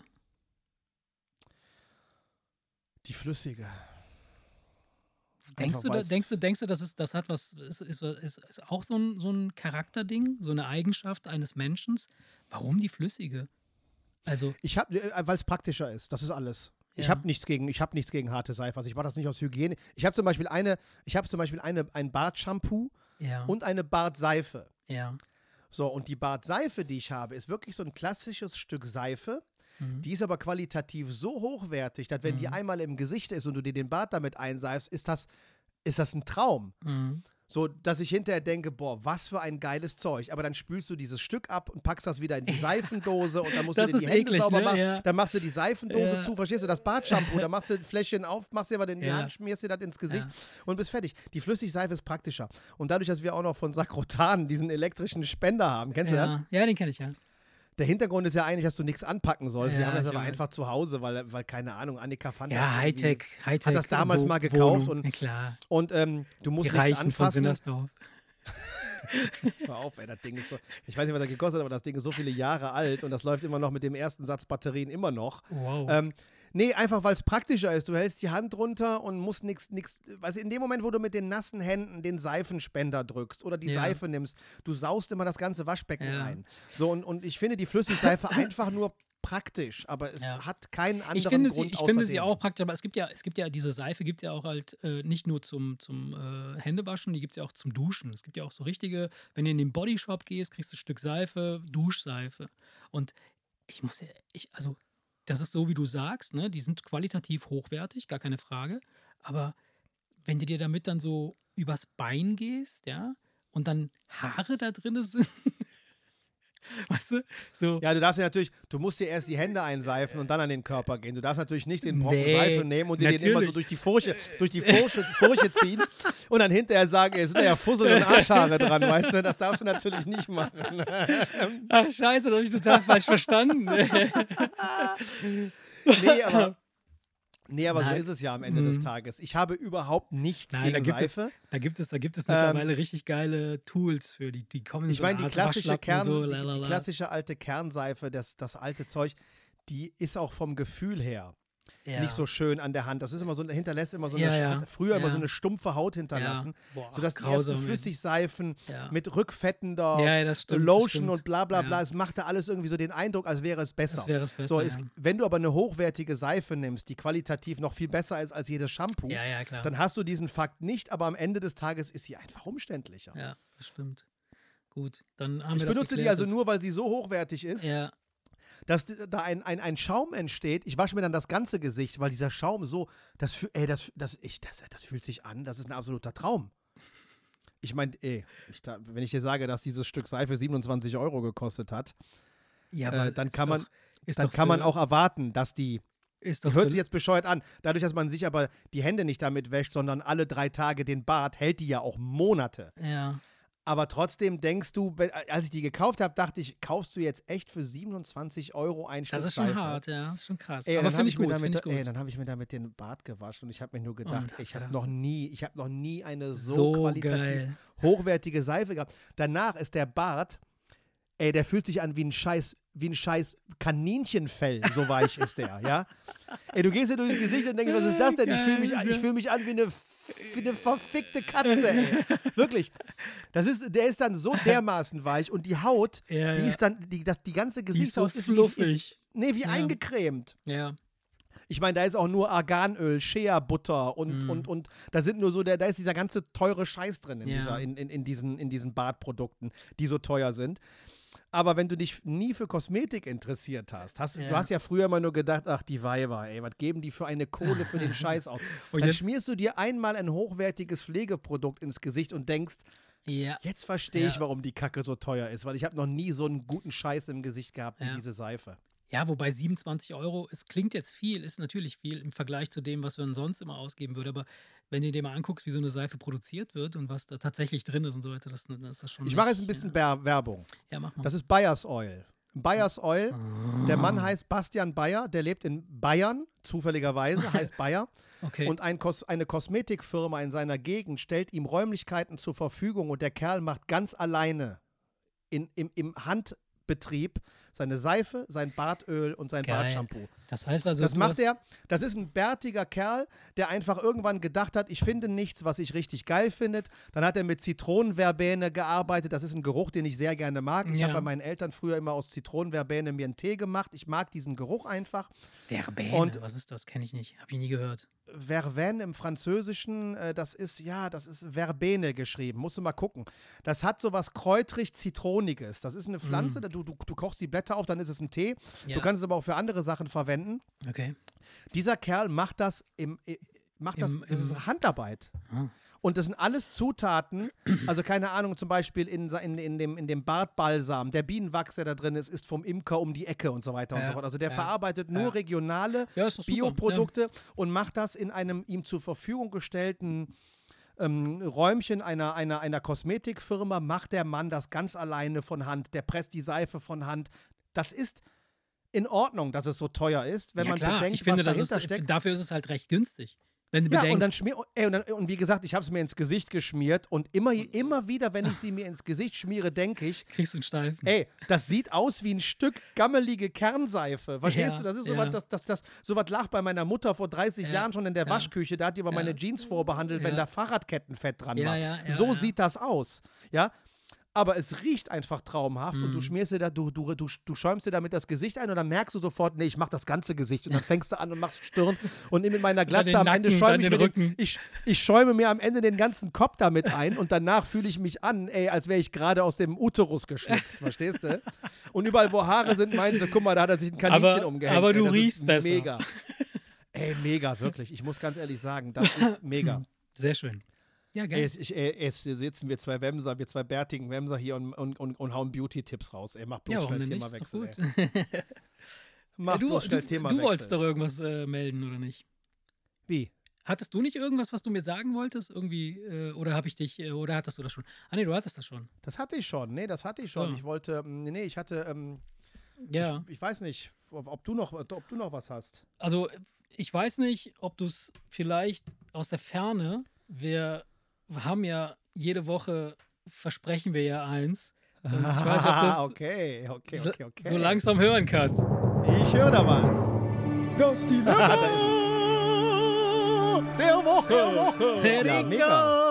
Die flüssige.
Denkst du, das hat was, ist auch so ein Charakterding, so eine Eigenschaft eines Menschen? Warum die flüssige? Also
weil es praktischer ist. Das ist alles. Ja. Ich habe nichts gegen harte Seife. Also ich mache das nicht aus Hygiene. Ich habe zum Beispiel ein Bartshampoo und eine Bartseife.
Ja.
So, und die Bartseife, die ich habe, ist wirklich so ein klassisches Stück Seife. Die ist aber qualitativ so hochwertig, dass wenn die einmal im Gesicht ist und du dir den Bart damit einseifst, ist das ein Traum. So, dass ich hinterher denke, boah, was für ein geiles Zeug. Aber dann spülst du dieses Stück ab und packst das wieder in die Seifendose und dann musst du dir die Hände sauber machen. Ja. Dann machst du die Seifendose zu, verstehst du, das Bartshampoo, dann machst du ein Fläschchen auf, machst dir aber in die Hand, schmierst dir das ins Gesicht und bist fertig. Die Flüssigseife ist praktischer. Und dadurch, dass wir auch noch von Sakrotan diesen elektrischen Spender haben, kennst du das?
Ja, den kenne ich, ja.
Der Hintergrund ist ja eigentlich, dass du nichts anpacken sollst. Wir haben das aber einfach zu Hause, weil keine Ahnung, Annika fand das
Hightech.
Hat das damals mal gekauft.
Wohnung. Klar.
Und du musst
die
nichts anfassen.
Von
Hör auf, ey, das Ding ist so, ich weiß nicht, was das gekostet hat, aber das Ding ist so viele Jahre alt und das läuft immer noch mit dem ersten Satz Batterien immer noch.
Wow.
Nee, einfach weil es praktischer ist. Du hältst die Hand runter und musst nichts, weißt du, in dem Moment, wo du mit den nassen Händen den Seifenspender drückst oder die Seife nimmst, du saust immer das ganze Waschbecken ein. So, und ich finde die Flüssigseife einfach nur praktisch, aber es hat keinen anderen Grund.
Ich finde sie auch praktisch, aber es gibt ja diese Seife, gibt es ja auch halt nicht nur zum Händewaschen, die gibt es ja auch zum Duschen. Es gibt ja auch so richtige, wenn du in den Bodyshop gehst, kriegst du ein Stück Seife, Duschseife. Und also das ist so, wie du sagst, ne? Die sind qualitativ hochwertig, gar keine Frage, aber wenn du dir damit dann so übers Bein gehst, ja, und dann Haare da drin sind. Weißt du? So.
Ja, du musst dir erst die Hände einseifen und dann an den Körper gehen. Du darfst natürlich nicht den Brocken
Nee,
Seife nehmen und dir den immer so
natürlich.
durch die Furche ziehen und dann hinterher sagen, es sind ja Fussel und Arschhaare dran, weißt du? Das darfst du natürlich nicht machen.
Ach, scheiße, das habe ich total falsch verstanden.
Nee, aber so
Nein.
ist es ja am Ende des Tages. Ich habe überhaupt nichts
Nein,
gegen Seife.
Da gibt es mittlerweile richtig geile Tools für die kommen in
Ich
so
meine,
eine
die
Art
klassische,
Waschlappen und so,
die
lalala.
klassische alte Kernseife, das alte Zeug, die ist auch vom Gefühl her
Ja.
nicht so schön an der Hand. Das ist immer so, hinterlässt immer so
Ja,
eine,
ja.
hat früher immer
Ja.
so eine stumpfe Haut hinterlassen,
Ja. Boah,
sodass die
grausam,
ersten
ey.
Flüssigseifen
Ja.
mit rückfettender
Ja, das stimmt, das
Lotion
stimmt.
und bla bla bla,
Ja.
es machte alles irgendwie so den Eindruck, als wäre es besser.
Das wäre es besser,
So,
ja.
wenn du aber eine hochwertige Seife nimmst, die qualitativ noch viel besser ist als jedes Shampoo,
Ja, ja, klar.
dann hast du diesen Fakt nicht, aber am Ende des Tages ist sie einfach umständlicher.
Ja, das stimmt. Gut, dann haben
Ich
wir das
benutze die
geklärt,
also nur, weil sie so hochwertig ist,
Ja,
dass da ein Schaum entsteht. Ich wasche mir dann das ganze Gesicht, weil dieser Schaum so, das fühlt sich an, das ist ein absoluter Traum. Ich meine, wenn ich dir sage, dass dieses Stück Seife 27 € gekostet hat,
ja aber
dann
ist
kann man,
doch- ist
dann
doch
kann man
für-
auch erwarten, dass die
ist doch
hört
für-
sich jetzt bescheuert an. Dadurch, dass man sich aber die Hände nicht damit wäscht, sondern alle 3 Tage den Bart, hält die ja auch Monate.
Ja.
Aber trotzdem denkst du, als ich die gekauft habe, dachte ich, kaufst du jetzt echt für 27 € ein Stück
Das ist schon
Seife?
hart, ja, das ist schon krass.
Ey,
aber
dann
finde ich
hab
gut,
mir
finde ich gut.
dann habe ich mir damit den Bart gewaschen und ich habe mir nur gedacht,
das
ich
war
habe
das.
noch nie eine so,
So
qualitativ
geil.
hochwertige Seife gehabt. Danach ist der Bart, der fühlt sich an wie ein scheiß Kaninchenfell, so weich ist der, ja? Ey, du gehst dir durchs Gesicht und denkst, was ist das denn? Ich fühle mich an wie eine verfickte Katze, ey. Wirklich. Der ist dann so dermaßen weich und die Haut,
Ja,
die
ja.
ist dann, die ganze
Die ist so
Gesichtshaut
fluffig.
wie
Ja.
eingecremt.
Ja.
Ich meine, da ist auch nur Arganöl, Shea-Butter und da sind nur so, da ist dieser ganze teure Scheiß drin
Ja.
in diesen Bartprodukten, die so teuer sind. Aber wenn du dich nie für Kosmetik interessiert hast, du hast ja früher immer nur gedacht, ach, die Weiber, ey, was geben die für eine Kohle für den Scheiß aus?
Und
Dann
jetzt-
schmierst du dir einmal ein hochwertiges Pflegeprodukt ins Gesicht und denkst,
Ja.
jetzt verstehe ich,
Ja.
warum die Kacke so teuer ist, weil ich habe noch nie so einen guten Scheiß im Gesicht gehabt wie
Ja.
diese Seife.
Ja, wobei 27 €, es klingt jetzt viel, ist natürlich viel im Vergleich zu dem, was man sonst immer ausgeben würde. Aber wenn du dir mal anguckst, wie so eine Seife produziert wird und was da tatsächlich drin ist und so weiter, dann ist das schon.
Ich mache jetzt
echt,
ein bisschen
Ja,
Werbung.
ja mach mal.
Das ist Bayers Oil. Bayers Oil, der Mann heißt Bastian Bayer, der lebt in Bayern, zufälligerweise, heißt Bayer.
Okay.
Und eine Kosmetikfirma in seiner Gegend stellt ihm Räumlichkeiten zur Verfügung und der Kerl macht ganz alleine im Handbetrieb seine Seife, sein Bartöl und sein
Geil.
Bartshampoo.
Das heißt also,
Das
du
macht
hast-
er. Das ist ein bärtiger Kerl, der einfach irgendwann gedacht hat, ich finde nichts, was ich richtig geil finde. Dann hat er mit Zitronenverbene gearbeitet. Das ist ein Geruch, den ich sehr gerne mag. Ich
Ja.
habe bei meinen Eltern früher immer aus Zitronenverbene mir einen Tee gemacht. Ich mag diesen Geruch einfach.
Verbene,
Und-
was ist das? Kenne ich nicht. Habe ich nie gehört.
Verveine im Französischen, das ist Verbene geschrieben. Musst du mal gucken. Das hat so was kräutrig-zitroniges. Das ist eine Pflanze, du kochst die Blätter auf, dann ist es ein Tee.
Ja.
Du kannst es aber auch für andere Sachen verwenden.
Okay.
Dieser Kerl macht das das ist Handarbeit.
Ah.
Und das sind alles Zutaten, also keine Ahnung, zum Beispiel in dem Bartbalsam, der Bienenwachs, der da drin ist vom Imker um die Ecke und so weiter und
Ja,
so fort. Also der
ja,
verarbeitet nur
ja.
regionale
Ja, ist doch super.
Bioprodukte und macht das in einem ihm zur Verfügung gestellten Räumchen einer Kosmetikfirma, macht der Mann das ganz alleine von Hand, der presst die Seife von Hand. Das ist in Ordnung, dass es so teuer ist, wenn
Ja,
man
klar.
bedenkt,
Ich finde,
was dahinter steckt.
dafür ist es halt recht günstig. Wenn du
Ja,
bedenkst,
und wie gesagt, ich habe es mir ins Gesicht geschmiert und immer wieder, wenn ich sie mir ins Gesicht schmiere, denke ich,
kriegst du einen Steifen.
ey, das sieht aus wie ein Stück gammelige Kernseife. Verstehst
Ja,
du? Das ist
ja.
sowas lag bei meiner Mutter vor 30
Ja,
Jahren schon in der
ja.
Waschküche. Da hat die aber
Ja.
meine Jeans vorbehandelt, wenn
Ja.
da Fahrradkettenfett dran
Ja,
war.
ja, ja,
So
ja.
sieht das aus. Ja. Aber es riecht einfach traumhaft und du
Mhm.
schmierst dir da, du schäumst dir damit das Gesicht ein und dann merkst du sofort, nee, ich mach das ganze Gesicht und dann fängst du an und machst Stirn und mit meiner Glatze
den
am Ende
Nacken,
schäume
dann
ich
den
mir
Rücken.
ich schäume mir am Ende den ganzen Kopf damit ein und danach fühle ich mich an, ey, als wäre ich gerade aus dem Uterus geschlüpft, verstehst du? Und überall, wo Haare sind, meinst du, guck mal, da hat er sich ein Kaninchen umgehängt.
aber
ey,
du
das ist
riechst besser.
Mega. Ey, mega, wirklich. Ich muss ganz ehrlich sagen, das ist mega.
Sehr schön. Ja, gerne.
Jetzt sitzen wir zwei Wemser, wir zwei bärtigen Wemser hier und hauen Beauty-Tipps raus. Ey, mach bloß
Ja, warum
schnell
denn nicht? Ist
Themawechsel.
doch gut.
Ey. Mach bloß schnell Themawechsel.
Du wolltest doch irgendwas melden, oder nicht?
Wie?
Hattest du nicht irgendwas, was du mir sagen wolltest? Irgendwie, oder habe ich dich, oder hattest du das schon? Ah, nee, du hattest das schon.
Das hatte ich schon. Nee, das hatte ich schon. Ich wollte, ich hatte,
ja.
ich weiß nicht, ob du noch was hast.
Also, ich weiß nicht, ob du es vielleicht aus der Ferne, wir haben ja jede Woche, versprechen wir ja eins. Und ich weiß nicht, ob du es
okay.
so langsam hören kannst.
Ich höre da was.
Das Dilemma der Woche.
Ja, mega.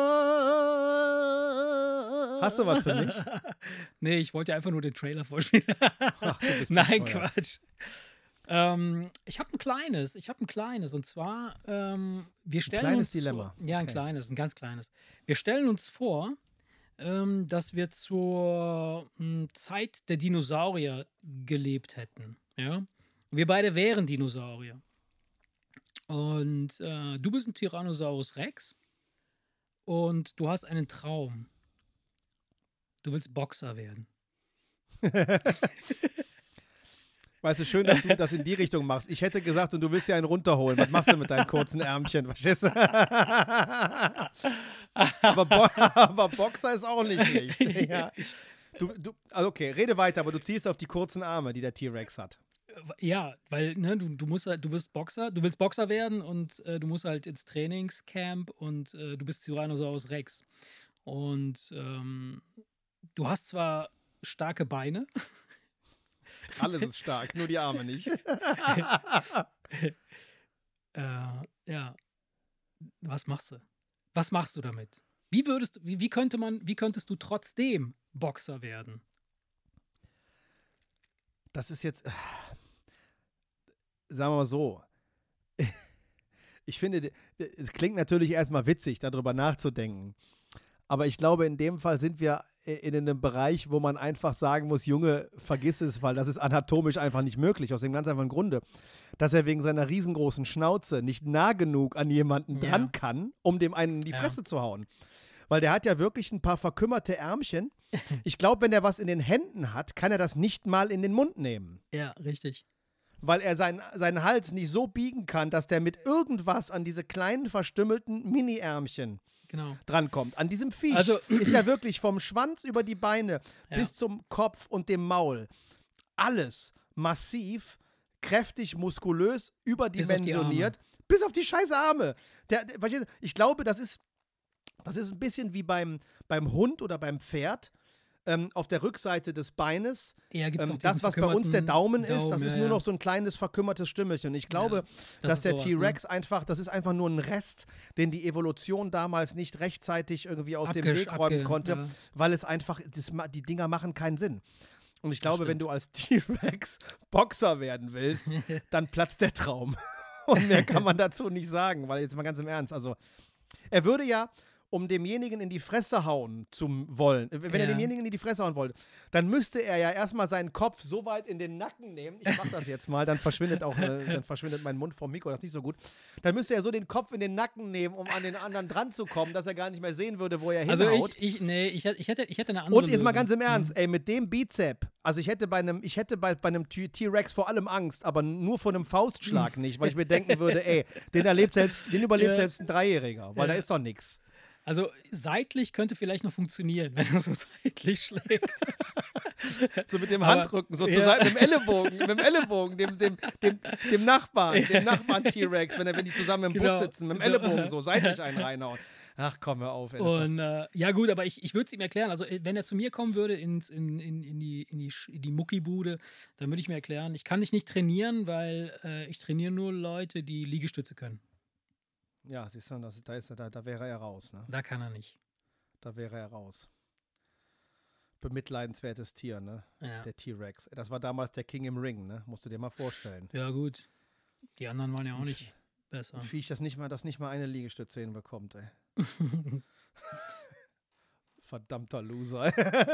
Hast du was für mich?
Nee, ich wollte einfach nur den Trailer vorspielen.
Ach, du bist
Nein,
bescheuert.
Quatsch. Ich habe ein kleines. Und zwar, wir stellen
kleines
uns
Dilemma.
Ja,
Okay.
ein ganz kleines. Wir stellen uns vor, dass wir zur Zeit der Dinosaurier gelebt hätten. Ja? Wir beide wären Dinosaurier. Und du bist ein Tyrannosaurus Rex und du hast einen Traum. Du willst Boxer werden.
Weißt du, schön, dass du das in die Richtung machst. Ich hätte gesagt, und du willst ja einen runterholen. Was machst du mit deinen kurzen Ärmchen? Verstehst du? aber Boxer ist auch nicht schlecht. Ja, also okay, rede weiter, aber du ziehst auf die kurzen Arme, die der T-Rex hat.
Ja, weil du willst Boxer werden und du musst halt ins Trainingscamp und du bist Tyrannosaurus Rex. Und du hast zwar starke Beine.
Alles ist stark, nur die Arme nicht.
Ja. Was machst du? Was machst du damit? Wie könntest du trotzdem Boxer werden?
Das ist jetzt, sagen wir mal so, ich finde, es klingt natürlich erstmal witzig, darüber nachzudenken. Aber ich glaube, in dem Fall sind wir in einem Bereich, wo man einfach sagen muss, Junge, vergiss es, weil das ist anatomisch einfach nicht möglich. Aus dem ganz einfachen Grunde, dass er wegen seiner riesengroßen Schnauze nicht nah genug an jemanden dran kann, um dem einen in die Fresse zu hauen. Weil der hat ja wirklich ein paar verkümmerte Ärmchen. Ich glaube, wenn er was in den Händen hat, kann er das nicht mal in den Mund nehmen.
Ja, richtig.
Weil er seinen Hals nicht so biegen kann, dass der mit irgendwas an diese kleinen, verstümmelten Mini-Ärmchen drankommt. An diesem Viech ist ja wirklich vom Schwanz über die Beine bis zum Kopf und dem Maul alles massiv, kräftig, muskulös, überdimensioniert, bis auf die scheiß Arme. Ich glaube, das ist ein bisschen wie beim Hund oder beim Pferd. Auf der Rückseite des Beines, das, was bei uns der Daumen ist, das ist nur noch so ein kleines verkümmertes Stümmelchen. Ich glaube, dass der T-Rex das ist einfach nur ein Rest, den die Evolution damals nicht rechtzeitig irgendwie aus dem Weg räumen konnte, weil es einfach, die Dinger machen keinen Sinn. Und ich glaube, wenn du als T-Rex Boxer werden willst, dann platzt der Traum. Und mehr kann man dazu nicht sagen, weil jetzt mal ganz im Ernst, also er würde ja, um demjenigen in die Fresse hauen zu wollen, wenn er demjenigen in die Fresse hauen wollte, dann müsste er ja erstmal seinen Kopf so weit in den Nacken nehmen, ich mach das jetzt mal, dann verschwindet mein Mund vom Mikro, das ist nicht so gut, dann müsste er so den Kopf in den Nacken nehmen, um an den anderen dran zu kommen, dass er gar nicht mehr sehen würde, wo er hinhaut.
Also ich hätte eine andere
Und jetzt mal ganz im Ernst, ey, mit dem Bizep, also ich hätte bei einem T-Rex vor allem Angst, aber nur vor einem Faustschlag nicht, weil ich mir denken würde, ey, den überlebt selbst ein Dreijähriger, weil da ist doch nichts.
Also seitlich könnte vielleicht noch funktionieren, wenn er so seitlich schlägt.
So mit dem Handrücken, so zur Seite, mit dem Ellenbogen, dem Nachbarn T-Rex, wenn die zusammen im Bus sitzen, mit dem Ellenbogen so seitlich einen reinhauen. Ach, komm, hör auf. Ey,
und ja gut, aber ich würde es ihm erklären. Also wenn er zu mir kommen würde in die Muckibude, dann würde ich mir erklären, ich kann dich nicht trainieren, weil ich trainiere nur Leute, die Liegestütze können.
Ja, siehst du, da wäre er raus. Ne?
Da kann er nicht.
Da wäre er raus. Bemitleidenswertes Tier, ne? Ja. Der T-Rex. Das war damals der King im Ring, ne? Musst du dir mal vorstellen.
Ja, gut. Die anderen waren ja auch nicht besser.
Ein Viech, das nicht mal eine Liegestütze hinbekommt, ey. Verdammter Loser.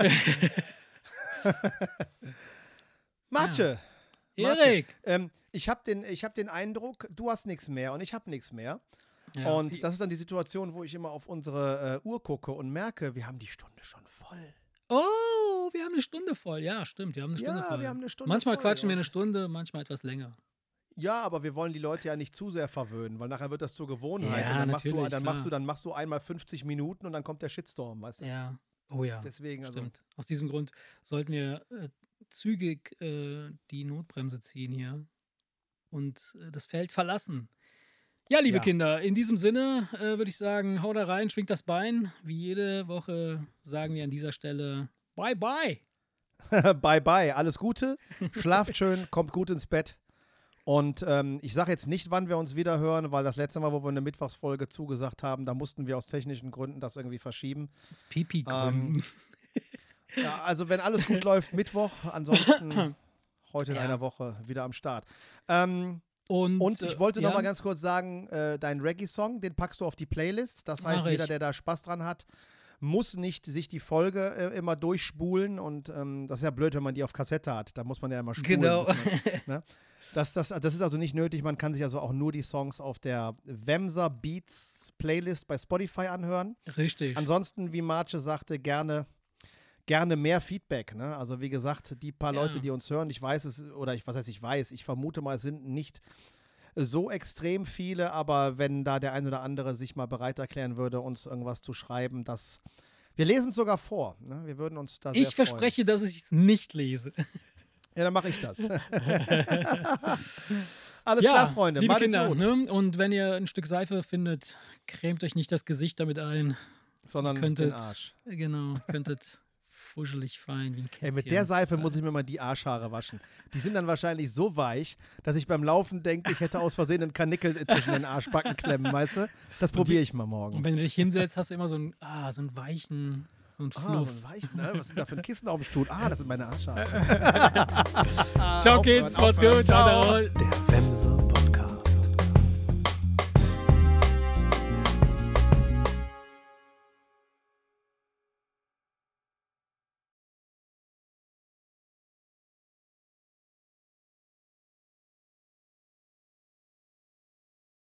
Matsche.
Erik.
Ich hab den Eindruck, du hast nichts mehr und ich hab nichts mehr.
Ja.
Und das ist dann die Situation, wo ich immer auf unsere Uhr gucke und merke, wir haben die Stunde schon voll.
Oh, wir haben eine Stunde voll. Ja, stimmt, wir haben eine Stunde voll.
Wir haben eine Stunde
Manchmal
voll,
quatschen wir
und-
eine Stunde, manchmal etwas länger.
Ja, aber wir wollen die Leute ja nicht zu sehr verwöhnen, weil nachher wird das zur Gewohnheit.
Ja,
und
natürlich,
dann machst du einmal 50 Minuten und dann kommt der Shitstorm, weißt du?
Ja. Oh ja.
Deswegen, also.
Stimmt. Aus diesem Grund sollten wir zügig die Notbremse ziehen hier und das Feld verlassen. Ja, liebe
Ja.
Kinder, in diesem Sinne würde ich sagen, hau da rein, schwingt das Bein. Wie jede Woche sagen wir an dieser Stelle Bye, bye.
Bye, bye. Alles Gute. Schlaft schön, kommt gut ins Bett. Und ich sage jetzt nicht, wann wir uns wieder hören, weil das letzte Mal, wo wir eine Mittwochsfolge zugesagt haben, da mussten wir aus technischen Gründen das irgendwie verschieben.
Pipi-Gründen.
Ja, also wenn alles gut läuft, Mittwoch. Ansonsten heute in
Ja.
einer Woche wieder am Start.
Und
Ich wollte noch
ja,
mal ganz kurz sagen, dein Reggae-Song, den packst du auf die Playlist. Das heißt,
Mach
jeder,
ich.
der da Spaß dran hat, muss nicht sich die Folge immer durchspulen. Und das ist ja blöd, wenn man die auf Kassette hat. Da muss man ja immer spulen.
Genau.
bis man, ne? Das ist also nicht nötig. Man kann sich also auch nur die Songs auf der Wemser Beats Playlist bei Spotify anhören.
Richtig.
Ansonsten, wie Marce sagte, gerne mehr Feedback. Ne? Also wie gesagt, die paar
Ja.
Leute, die uns hören, ich vermute mal, es sind nicht so extrem viele, aber wenn da der ein oder andere sich mal bereit erklären würde, uns irgendwas zu schreiben, wir lesen es sogar vor. Ne? Wir würden uns da sehr
Ich
freuen.
verspreche, dass ich es nicht lese.
Ja, dann mache ich das. Alles
Ja,
klar, Freunde.
liebe
Macht
Kinder,
gut.
ne? Und wenn ihr ein Stück Seife findet, cremt euch nicht das Gesicht damit ein.
Sondern
Könntet,
den Arsch.
Genau, könntet fuschelig fein wie ein Kätzchen.
Ey, mit der Seife muss ich mir mal die Arschhaare waschen. Die sind dann wahrscheinlich so weich, dass ich beim Laufen denke, ich hätte aus Versehen einen Karnickel zwischen den Arschbacken klemmen, weißt du? Das probiere ich mal morgen.
Und wenn du dich hinsetzt, hast du immer so einen weichen, so einen
So
Fluff.
ein weichen, ne? Was ist denn da für ein Kissen auf dem Stuhl? Das sind meine Arschhaare.
Ciao, Kids, macht's gut. Ciao.
Der